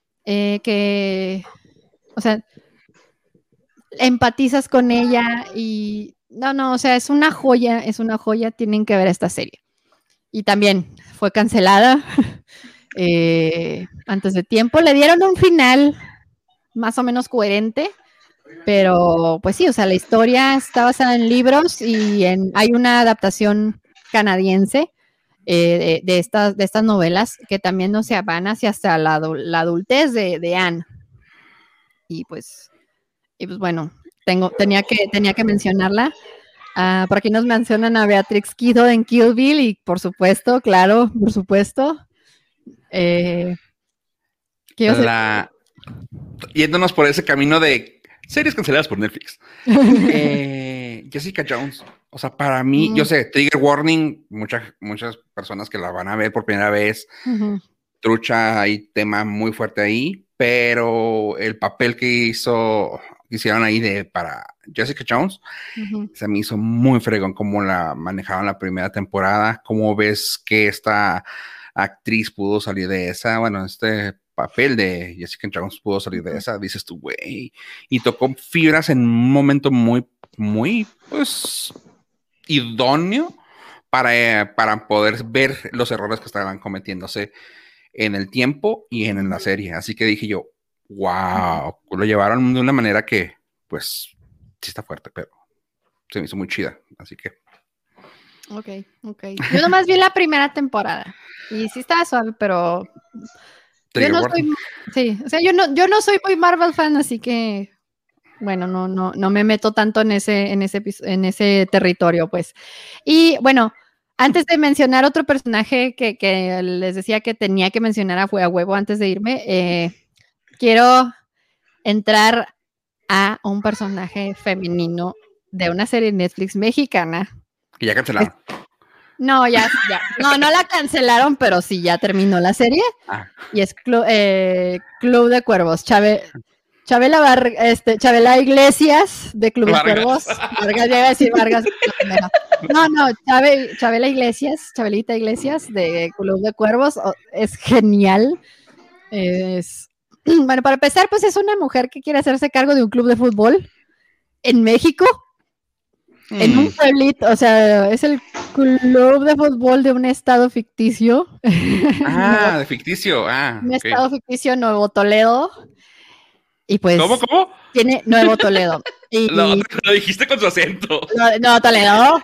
o sea, empatizas con ella y no, o sea, es una joya, tienen que ver esta serie. Y también fue cancelada antes de tiempo, le dieron un final más o menos coherente, pero pues sí, o sea, la historia está basada en libros y hay una adaptación canadiense de estas novelas que también no se van hacia hasta la adultez de Anne. Y pues bueno, tenía que mencionarla. Por aquí nos mencionan a Beatrix Kiddo en Kill Bill y por supuesto, claro, por supuesto. Yéndonos por ese camino de series canceladas por Netflix. Jessica Jones. O sea, para mí, yo sé, trigger warning, muchas personas que la van a ver por primera vez. Trucha, hay tema muy fuerte ahí, pero el papel que hicieron ahí para Jessica Jones, se me hizo muy fregón cómo la manejaron la primera temporada, cómo ves que esta actriz pudo salir de esa, bueno, papel de Jessica Jones pudo salir de esa, dices tú, güey, y tocó fibras en un momento muy, muy, pues, idóneo para poder ver los errores que estaban cometiéndose en el tiempo y en la serie. Así que dije yo, wow, lo llevaron de una manera que, pues, sí está fuerte, pero se me hizo muy chida, así que. Ok. Yo nomás vi la primera temporada y sí estaba suave, pero yo no soy, sí, o sea, yo no soy muy Marvel fan, así que bueno, no me meto tanto en ese territorio, pues. Y bueno, antes de mencionar otro personaje que les decía que tenía que mencionar a huevo antes de irme, quiero entrar a un personaje femenino de una serie de Netflix mexicana. Que ya cancelaron. No, ya. No la cancelaron, pero sí, ya terminó la serie. Y es Club de Cuervos. Chabela Iglesias de Club de Cuervos. Vargas, ya iba a decir Vargas. No, Chabelita Iglesias de Club de Cuervos. Es genial. Bueno, para empezar, pues es una mujer que quiere hacerse cargo de un club de fútbol en México. En un pueblito, o sea, es el club de fútbol de un estado ficticio. De ficticio, un estado ficticio, Nuevo Toledo. Y pues. ¿Cómo? Tiene Nuevo Toledo. Lo dijiste con su acento. Nuevo Toledo.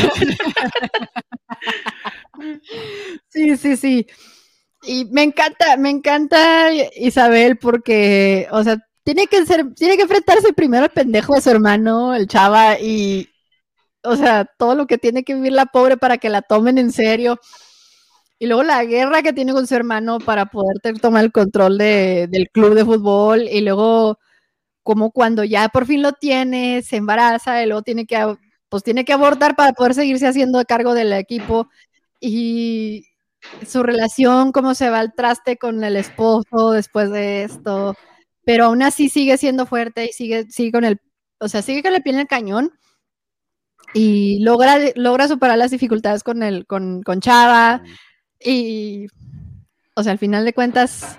Sí. Y me encanta Isabel porque, o sea, tiene que enfrentarse primero al pendejo de su hermano, el Chava, y o sea, todo lo que tiene que vivir la pobre para que la tomen en serio. Y luego la guerra que tiene con su hermano para poder tomar el control del club de fútbol. Y luego, como cuando ya por fin lo tiene, se embaraza y luego tiene que abortar para poder seguirse haciendo cargo del equipo. Y su relación, cómo se va al traste con el esposo después de esto. Pero aún así sigue siendo fuerte y sigue con el pie en el cañón. Y logra superar las dificultades con Chava. Y, o sea, al final de cuentas,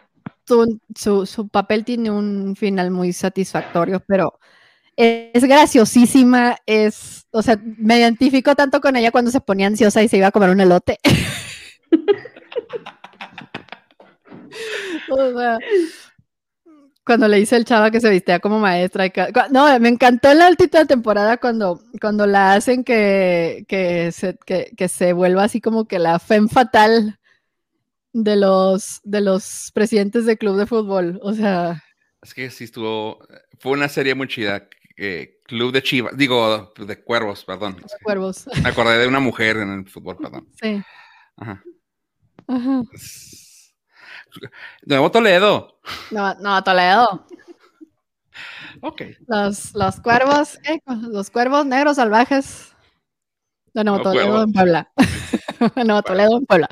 su papel tiene un final muy satisfactorio, pero es graciosísima, o sea, me identifico tanto con ella cuando se ponía ansiosa y se iba a comer un elote. O sea, cuando le dice el Chava que se vestía como maestra. No, me encantó en la última temporada cuando la hacen que se vuelva así como que la femme fatal de los presidentes de club de fútbol. O sea. Es que sí fue una serie muy chida. Club de Chivas, digo, de Cuervos, perdón. De Cuervos. Me acordé de una mujer en el fútbol, perdón. Sí. Ajá. Nuevo Toledo. No, Toledo. Ok. Los cuervos, los cuervos negros salvajes de Nuevo Toledo en Puebla. Nuevo Toledo en Puebla.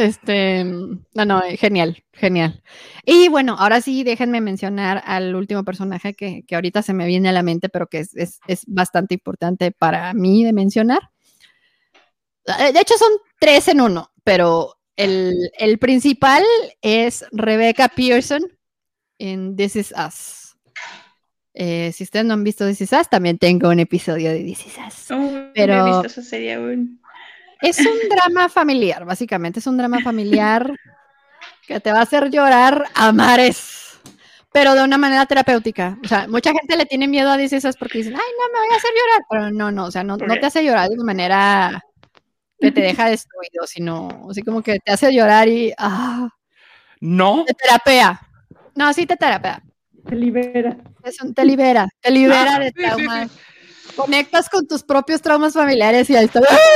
Genial. Y bueno, ahora sí, déjenme mencionar al último personaje que ahorita se me viene a la mente, pero que es bastante importante para mí de mencionar. De hecho, son 3 en 1, pero el principal es Rebecca Pearson en This Is Us. Si ustedes no han visto This Is Us, también tengo un episodio de This Is Us. Pero no he visto esa serie aún. Es un drama familiar, básicamente. Es un drama familiar que te va a hacer llorar a mares, pero de una manera terapéutica. O sea, mucha gente le tiene miedo a This Is Us porque dicen, ay, no, me voy a hacer llorar. Pero no, o sea, no te hace llorar de una manera que te deja destruido, sino así como que te hace llorar y no te terapea. No, sí te terapea. Te libera. Te libera de traumas. Sí. Conectas con tus propios traumas familiares y ahí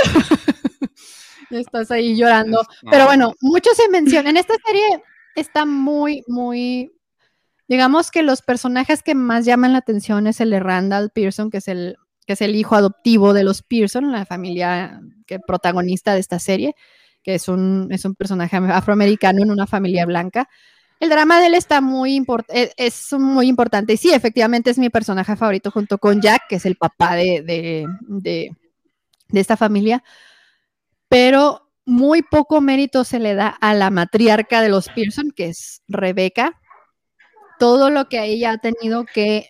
estás ahí llorando. No. Pero bueno, mucho se menciona. En esta serie está muy, muy. Digamos que los personajes que más llaman la atención es el de Randall Pearson, que es el hijo adoptivo de los Pearson, la familia protagonista de esta serie, que es un personaje afroamericano en una familia blanca. El drama de él está es muy importante. Y sí, efectivamente es mi personaje favorito junto con Jack, que es el papá de esta familia. Pero muy poco mérito se le da a la matriarca de los Pearson, que es Rebecca. Todo lo que ella ha tenido que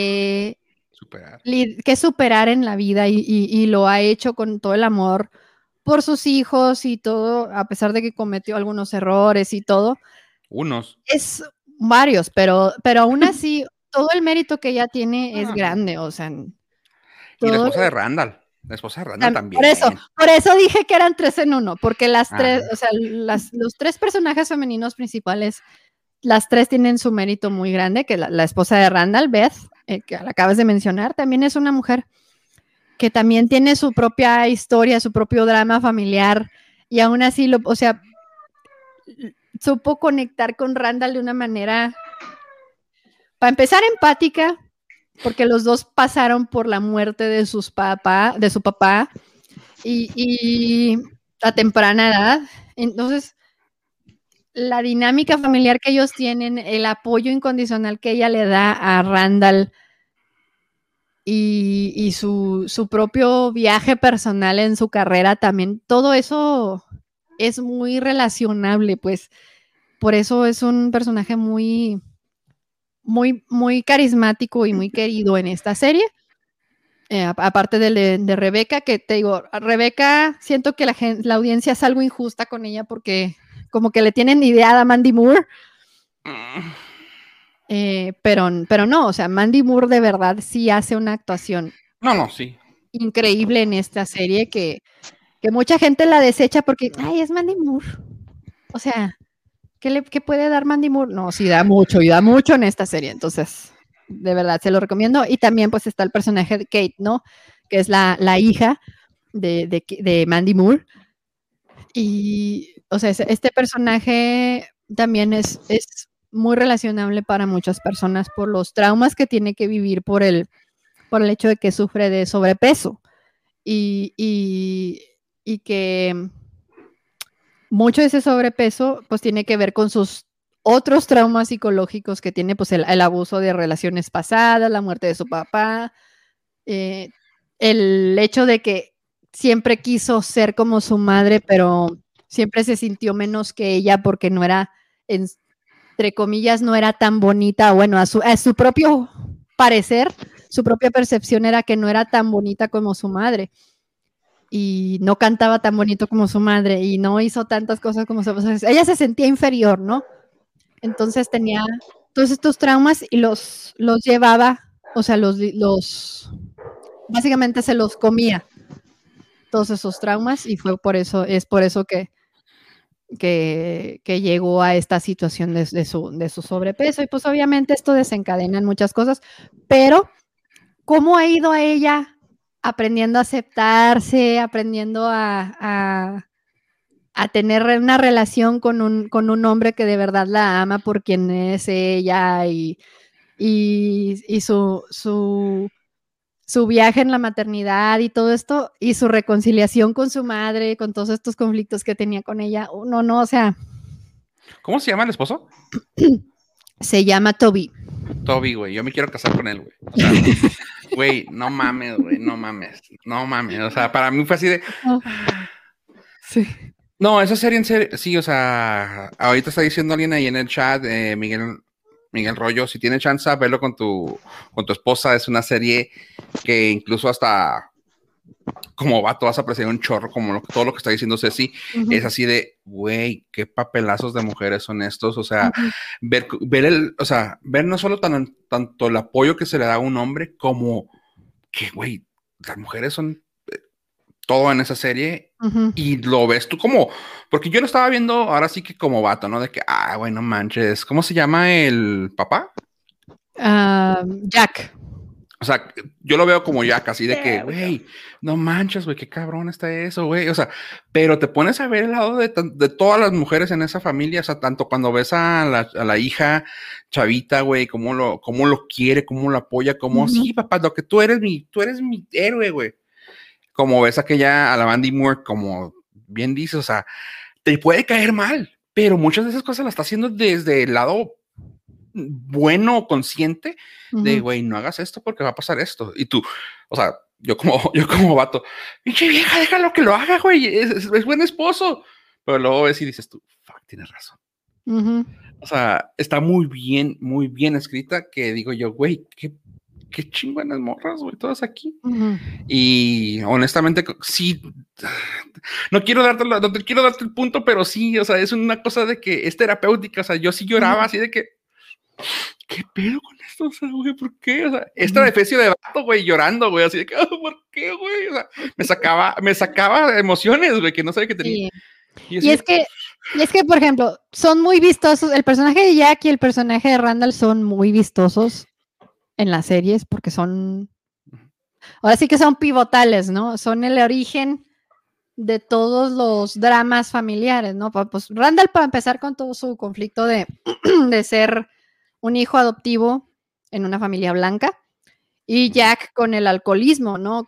superar en la vida y lo ha hecho con todo el amor por sus hijos y todo, a pesar de que cometió algunos errores y todo. Es varios, pero aún así, todo el mérito que ella tiene es grande, o sea. Y la esposa de Randall. La esposa de Randall también. Por eso dije que eran 3 en 1, porque las tres, o sea, los 3 personajes femeninos principales, las 3 tienen su mérito muy grande, que la esposa de Randall, Beth, que la acabas de mencionar, también es una mujer que también tiene su propia historia, su propio drama familiar, y aún así, o sea, supo conectar con Randall de una manera, para empezar, empática, porque los dos pasaron por la muerte de su papá y a temprana edad. Entonces, la dinámica familiar que ellos tienen, el apoyo incondicional que ella le da a Randall y su propio viaje personal en su carrera también, todo eso es muy relacionable, pues por eso es un personaje muy, muy, muy carismático y muy querido en esta serie. Aparte de Rebecca, que te digo, Rebecca, siento que la audiencia es algo injusta con ella porque como que le tienen ideada a Mandy Moore. Pero no, o sea, Mandy Moore de verdad sí hace una actuación sí. increíble en esta serie que mucha gente la desecha porque, ay, es Mandy Moore. O sea, ¿qué puede dar Mandy Moore? No, sí da mucho, y da mucho en esta serie, entonces, de verdad, se lo recomiendo. Y también, pues, está el personaje de Kate, ¿no? Que es la hija de Mandy Moore. Y, o sea, este personaje también es muy relacionable para muchas personas por los traumas que tiene que vivir por el hecho de que sufre de sobrepeso. Y que mucho de ese sobrepeso pues tiene que ver con sus otros traumas psicológicos que tiene, pues el abuso de relaciones pasadas, la muerte de su papá, el hecho de que siempre quiso ser como su madre, pero siempre se sintió menos que ella porque no era, entre comillas, no era tan bonita. Bueno, a su propio parecer, su propia percepción era que no era tan bonita como su madre. Y no cantaba tan bonito como su madre y no hizo tantas cosas como su madre. Ella se sentía inferior, ¿no? Entonces tenía todos estos traumas y los llevaba, o sea, básicamente se los comía, todos esos traumas, y es por eso que llegó a esta situación de su sobrepeso. Y pues obviamente esto desencadena en muchas cosas, pero ¿cómo ha ido a ella aprendiendo a aceptarse, aprendiendo a tener una relación con un hombre que de verdad la ama por quien es ella y su viaje en la maternidad y todo esto, y su reconciliación con su madre, con todos estos conflictos que tenía con ella? No, o sea. ¿Cómo se llama el esposo? Se llama Toby. Toby, güey, yo me quiero casar con él, güey. O sea, güey, no mames, güey, no mames. O sea, para mí fue así de... Sí. No, esa serie en serio, sí, o sea, ahorita está diciendo alguien ahí en el chat, Miguel Rollo, si tiene chance, verlo con tu esposa. Es una serie que incluso hasta como vato vas a apreciar un chorro, como todo lo que está diciendo Ceci. Es así de, güey, qué papelazos de mujeres son estos. O sea, ver no solo tanto el apoyo que se le da a un hombre, como que, güey, las mujeres son todo en esa serie. Y lo ves tú como, porque yo lo estaba viendo ahora sí que como vato, ¿no? De que, güey, no manches, ¿cómo se llama el papá? Jack. O sea, yo lo veo como Jack, así de que, güey, no manches, güey, qué cabrón está eso, güey. O sea, pero te pones a ver el lado de todas las mujeres en esa familia. O sea, tanto cuando ves a la hija chavita, güey, cómo lo quiere, cómo lo apoya, como, sí, papá, lo que tú eres mi héroe, güey. Como ves a la Mandy Moore, como bien dices, o sea, te puede caer mal, pero muchas de esas cosas las está haciendo desde el lado bueno, consciente, de, güey, no hagas esto porque va a pasar esto. Y tú, o sea, yo como vato, pinche vieja, déjalo que lo haga, güey, es buen esposo. Pero luego ves y dices tú, fuck, tienes razón. O sea, está muy bien escrita, que digo yo, güey, qué chingonas morras, güey, todas aquí. Y honestamente, sí, no te quiero darte el punto, pero sí, o sea, es una cosa de que es terapéutica, o sea, yo sí lloraba así de que, ¿qué pedo con esto? O sea, güey, ¿por qué? O sea, esta defecio de vato, güey, llorando, güey, así de que, ¿por qué, güey? O sea, me sacaba emociones, güey, que no sabía que tenía. Y es que, por ejemplo, son muy vistosos, el personaje de Jack y el personaje de Randall son muy vistosos en las series porque ahora sí que son pivotales, ¿no? Son el origen de todos los dramas familiares, ¿no? Pues Randall, para empezar, con todo su conflicto de ser un hijo adoptivo en una familia blanca, y Jack con el alcoholismo, ¿no?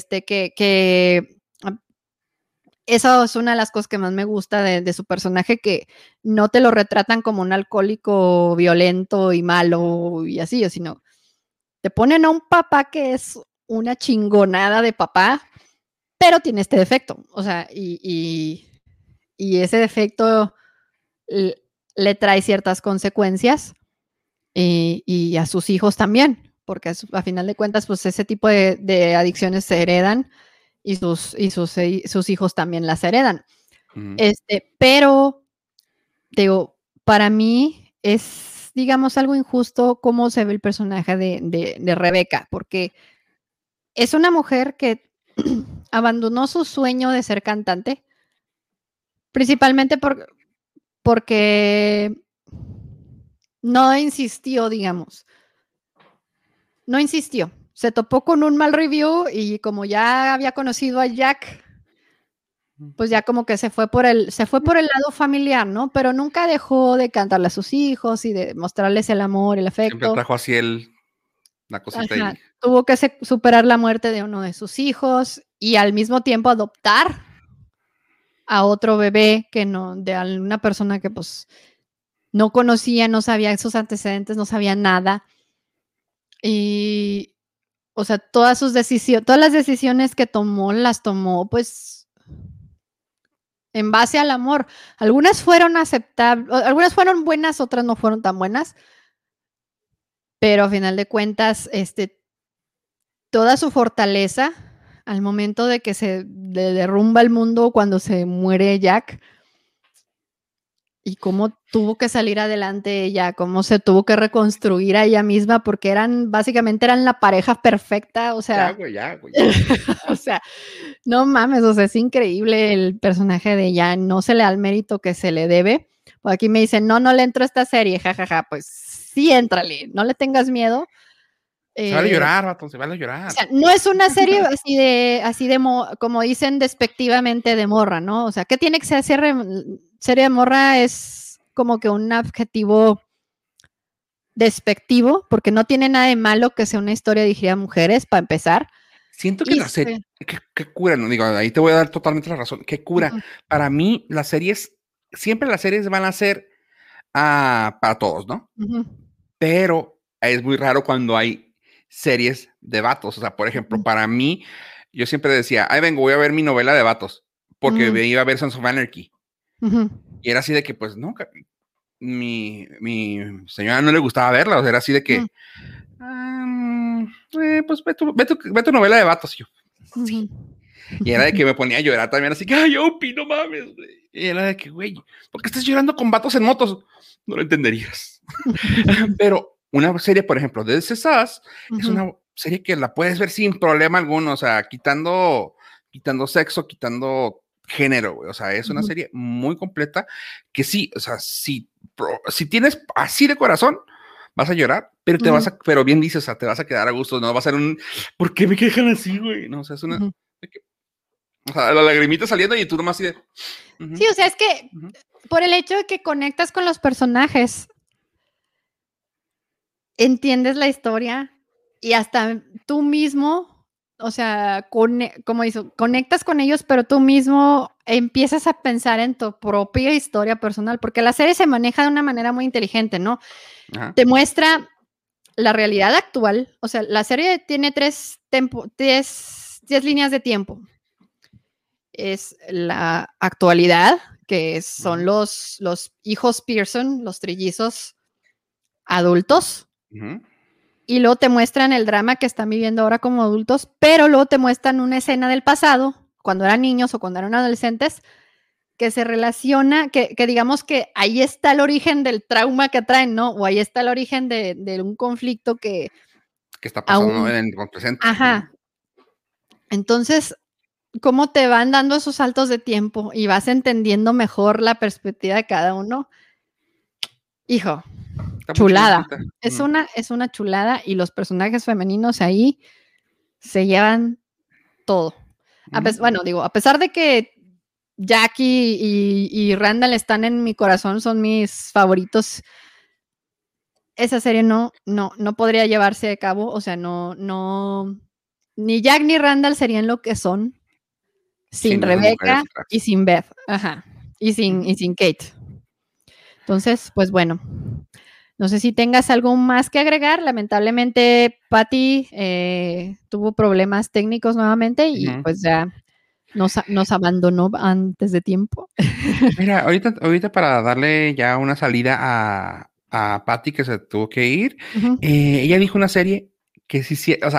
Que eso es una de las cosas que más me gusta de su personaje, que no te lo retratan como un alcohólico violento y malo y así, sino te ponen a un papá que es una chingonada de papá, pero tiene este defecto, o sea, y ese defecto le trae ciertas consecuencias y a sus hijos también, porque a final de cuentas, pues ese tipo de adicciones se heredan y sus hijos también las heredan. Pero, digo, para mí es, digamos, algo injusto cómo se ve el personaje de Rebeca, porque es una mujer que abandonó su sueño de ser cantante, principalmente porque no insistió, digamos. No insistió. Se topó con un mal review y como ya había conocido a Jack, pues ya como que se fue por el lado familiar, ¿no? Pero nunca dejó de cantarle a sus hijos y de mostrarles el amor, el afecto. Siempre trajo así la cosita ahí. Tuvo que superar la muerte de uno de sus hijos y al mismo tiempo adoptar a otro bebé de una persona que pues no conocía, no sabía esos antecedentes, no sabía nada. Y, o sea, todas las decisiones que tomó, las tomó pues en base al amor. Algunas fueron aceptables, algunas fueron buenas, otras no fueron tan buenas, pero a final de cuentas, toda su fortaleza al momento de que se derrumba el mundo cuando se muere Jack, y cómo tuvo que salir adelante ella, cómo se tuvo que reconstruir a ella misma, porque básicamente eran la pareja perfecta, o sea. Ya, güey. O sea, no mames, o sea, es increíble el personaje de ella, no se le da el mérito que se le debe. Por aquí me dicen, no le entro a esta serie, jajaja, pues sí, éntrale, no le tengas miedo. Se vale llorar, vato, se vale llorar. O sea, no es una serie así de como dicen despectivamente, de morra, ¿no? O sea, ¿qué tiene que ser serie de morra? Es como que un adjetivo despectivo, porque no tiene nada de malo que sea una historia dirigida a mujeres, para empezar. Siento que la serie, qué cura, no digo, ahí te voy a dar totalmente la razón, qué cura. Para mí, siempre las series van a ser para todos, ¿no? Pero es muy raro cuando hay series de vatos. O sea, por ejemplo, para mí, yo siempre decía, voy a ver mi novela de vatos, porque iba a ver Sons of Anarchy. Y era así de que, pues, no, mi señora no le gustaba verla, o sea, era así de que, pues ve tu novela de vatos. Y yo, sí. Y era de que me ponía a llorar también, así que, ay, Opie, no mames, güey. Y era de que, güey, ¿por qué estás llorando con vatos en motos? No lo entenderías. Pero una serie, por ejemplo, de This Is Us, es una serie que la puedes ver sin problema alguno, o sea, quitando sexo, quitando género, güey. O sea, es una serie muy completa que sí, o sea, si tienes así de corazón, vas a llorar, pero pero bien dices, o sea, te vas a quedar a gusto, no va a ser ¿por qué me quejan así, güey? No, o sea, es una, o sea, la lagrimita saliendo y tú nomás así de. Sí, o sea, es que por el hecho de que conectas con los personajes, entiendes la historia y hasta tú mismo, o sea, como dice, conectas con ellos, pero tú mismo empiezas a pensar en tu propia historia personal, porque la serie se maneja de una manera muy inteligente, ¿no? Te muestra la realidad actual, o sea, la serie tiene tres 10 líneas de tiempo. Es la actualidad, que son los hijos Pearson, los trillizos adultos. Y luego te muestran el drama que están viviendo ahora como adultos, pero luego te muestran una escena del pasado, cuando eran niños o cuando eran adolescentes, que se relaciona, que digamos que ahí está el origen del trauma que traen, ¿no? O ahí está el origen de un conflicto que está pasando en el presente. Ajá. Entonces, ¿cómo te van dando esos saltos de tiempo y vas entendiendo mejor la perspectiva de cada uno? Hijo, está chulada. Es una chulada y los personajes femeninos ahí se llevan todo. A pesar de que Jackie y Randall están en mi corazón, son mis favoritos, esa serie no podría llevarse a cabo, o sea, no, ni Jack ni Randall serían lo que son sin Rebecca y sin Beth, y sin Kate. Entonces, pues bueno, no sé si tengas algo más que agregar. Lamentablemente, Patty tuvo problemas técnicos nuevamente y pues ya nos abandonó antes de tiempo. Mira, ahorita para darle ya una salida a Patty, que se tuvo que ir, ella dijo una serie que sí, o sea,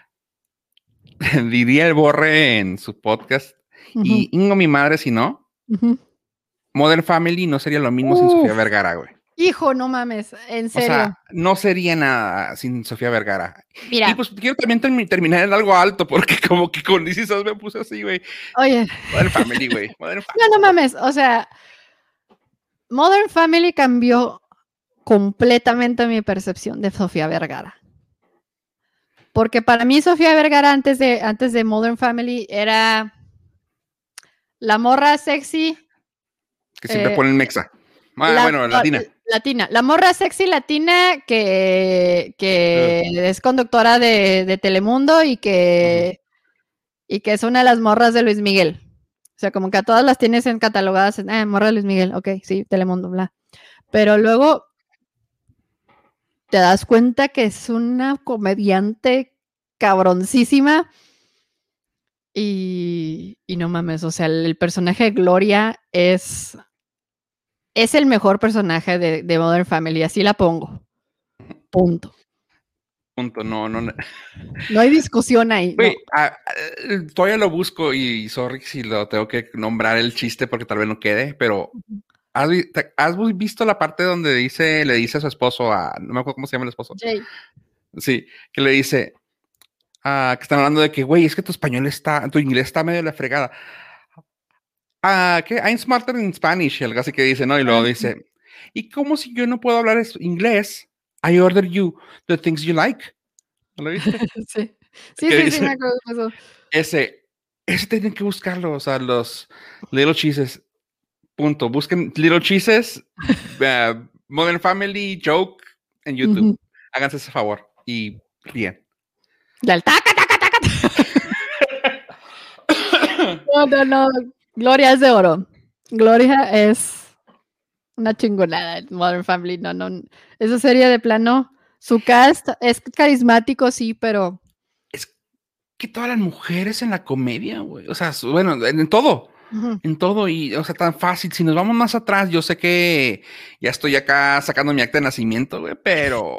diría el Borre en su podcast, y Ingo mi madre si no, Modern Family no sería lo mismo sin Sofía Vergara, güey. Hijo, no mames, en serio. O sea, no sería nada sin Sofía Vergara. Mira. Y pues quiero también terminar en algo alto, porque como que con DC me puse así, güey. Oye. Modern Family, güey. No mames, o sea, Modern Family cambió completamente mi percepción de Sofía Vergara. Porque para mí Sofía Vergara antes de Modern Family era la morra sexy. Que siempre ponen mexa. Latina. Latina. La morra sexy latina que es conductora de Telemundo y que es una de las morras de Luis Miguel. O sea, como que a todas las tienes catalogadas en morra de Luis Miguel. Ok, sí, Telemundo, bla. Pero luego te das cuenta que es una comediante cabroncísima y no mames, o sea, el personaje de Gloria es el mejor personaje de Modern Family, así la pongo. Punto. No hay discusión ahí. Wey, no. Todavía lo busco y sorry si lo tengo que nombrar el chiste porque tal vez no quede, pero ¿has visto la parte donde le dice a su esposo, no me acuerdo cómo se llama el esposo? Jay. Sí, que le dice, que están hablando de que, güey, es que tu inglés está medio de la fregada. ¿Qué? I'm smarter in Spanish, algo así que dice, ¿no? Y luego dice, ¿y cómo si yo no puedo hablar inglés? I order you the things you like. ¿No lo viste? Sí, me acuerdo de eso. Ese tienen que buscarlo, o sea, los Little Cheeses, punto. Busquen Little Cheeses, Modern Family, Joke en YouTube. Háganse ese favor y ríen. Del taca. No. Gloria es de oro. Gloria es una chingonada. Modern Family, no. Esa serie de plano, su cast es carismático, sí, pero... Es que todas las mujeres en la comedia, güey. O sea, bueno, en todo. En todo. Y, o sea, tan fácil. Si nos vamos más atrás, yo sé que ya estoy acá sacando mi acta de nacimiento, güey, pero...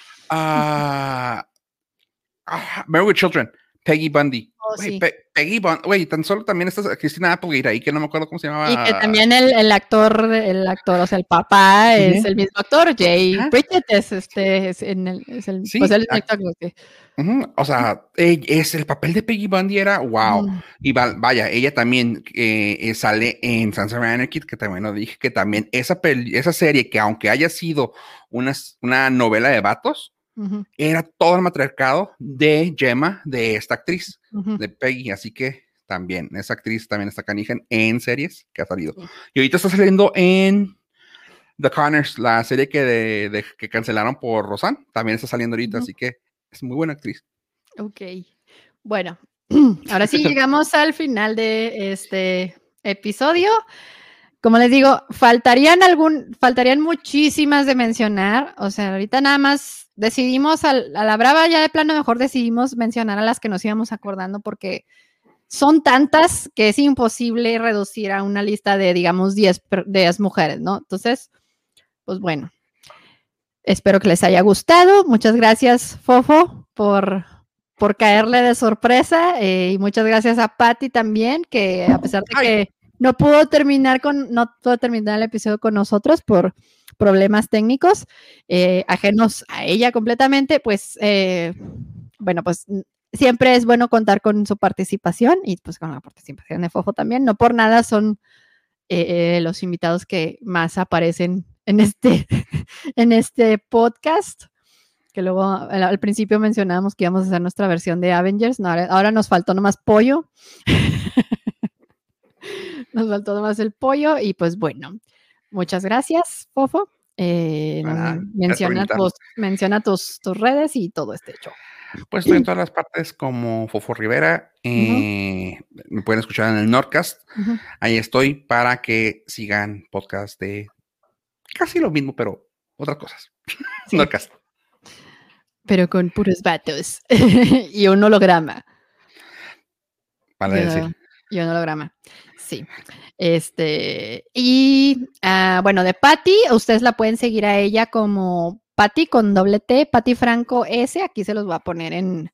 Married with Children. Peggy Bundy. Sí. Peggy Bundy. Güey, tan solo también está Christina Applegate ahí, que no me acuerdo cómo se llamaba. Y que también el actor, o sea, el papá es el mismo actor, Jay Bridget, es el sí, pues él es actor. O sea, es el papel de Peggy Bundy era wow. Y vaya, ella también sale en Sons of Anarchy, que también lo dije, que también esa serie, que aunque haya sido una novela de vatos, era todo el matriarcado de Gemma, de esta actriz, de Peggy, así que también, esa actriz también está canija en series que ha salido. Y ahorita está saliendo en The Conners, la serie que cancelaron por Roseanne, también está saliendo ahorita, así que es muy buena actriz. Ok, bueno, ahora sí llegamos al final de este episodio. como les digo, faltarían muchísimas de mencionar. O sea, ahorita nada más decidimos, a la brava ya de plano mejor decidimos mencionar a las que nos íbamos acordando porque son tantas que es imposible reducir a una lista de, digamos, 10 mujeres, ¿no? Entonces, pues bueno, espero que les haya gustado. Muchas gracias, Fofo, por caerle de sorpresa, y muchas gracias a Patty también, que a pesar de que no pudo terminar el episodio con nosotros por problemas técnicos, ajenos a ella completamente, pues, bueno, pues siempre es bueno contar con su participación y pues con la participación de Fofo también. No por nada son los invitados que más aparecen en este podcast, que luego al principio mencionábamos que íbamos a hacer nuestra versión de Avengers. No, ahora nos faltó nomás pollo. Nos faltó nomás el pollo y pues bueno, muchas gracias, Fofo. Menciona tus redes y todo este hecho. Pues estoy en todas las partes como Fofo Rivera. Me pueden escuchar en el Nordcast. Ahí estoy para que sigan podcast de casi lo mismo, pero otras cosas. Sí. Nordcast. Pero con puros vatos y un holograma. Para decir. Y un holograma. Sí. Y bueno, de Patty, ustedes la pueden seguir a ella como Patty con doble T, Patty Franco S. Aquí se los voy a poner en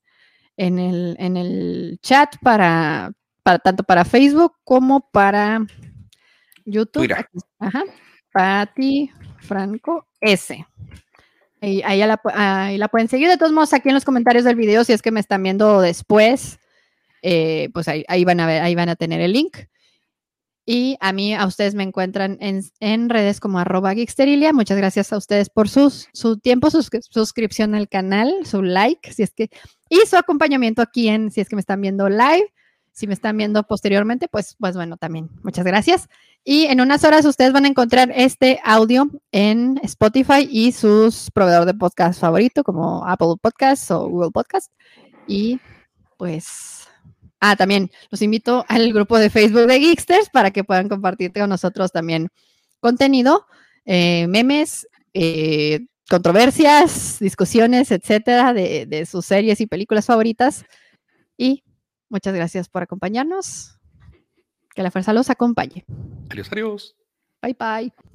el chat para tanto para Facebook como para YouTube. Aquí, Patty Franco S. Ahí la pueden seguir. De todos modos, aquí en los comentarios del video, si es que me están viendo después, pues ahí van a tener el link. Y a ustedes me encuentran en redes como @Geeksterilia. Muchas gracias a ustedes por su tiempo, su suscripción al canal, su like, y su acompañamiento aquí si es que me están viendo live. Si me están viendo posteriormente, pues bueno, también muchas gracias. Y en unas horas ustedes van a encontrar este audio en Spotify y sus proveedores de podcast favorito, como Apple Podcasts o Google Podcasts. Y pues, también los invito al grupo de Facebook de Geeksters para que puedan compartir con nosotros también contenido, memes, controversias, discusiones, etcétera, de sus series y películas favoritas. Y muchas gracias por acompañarnos. Que la fuerza los acompañe. Adiós, adiós. Bye, bye.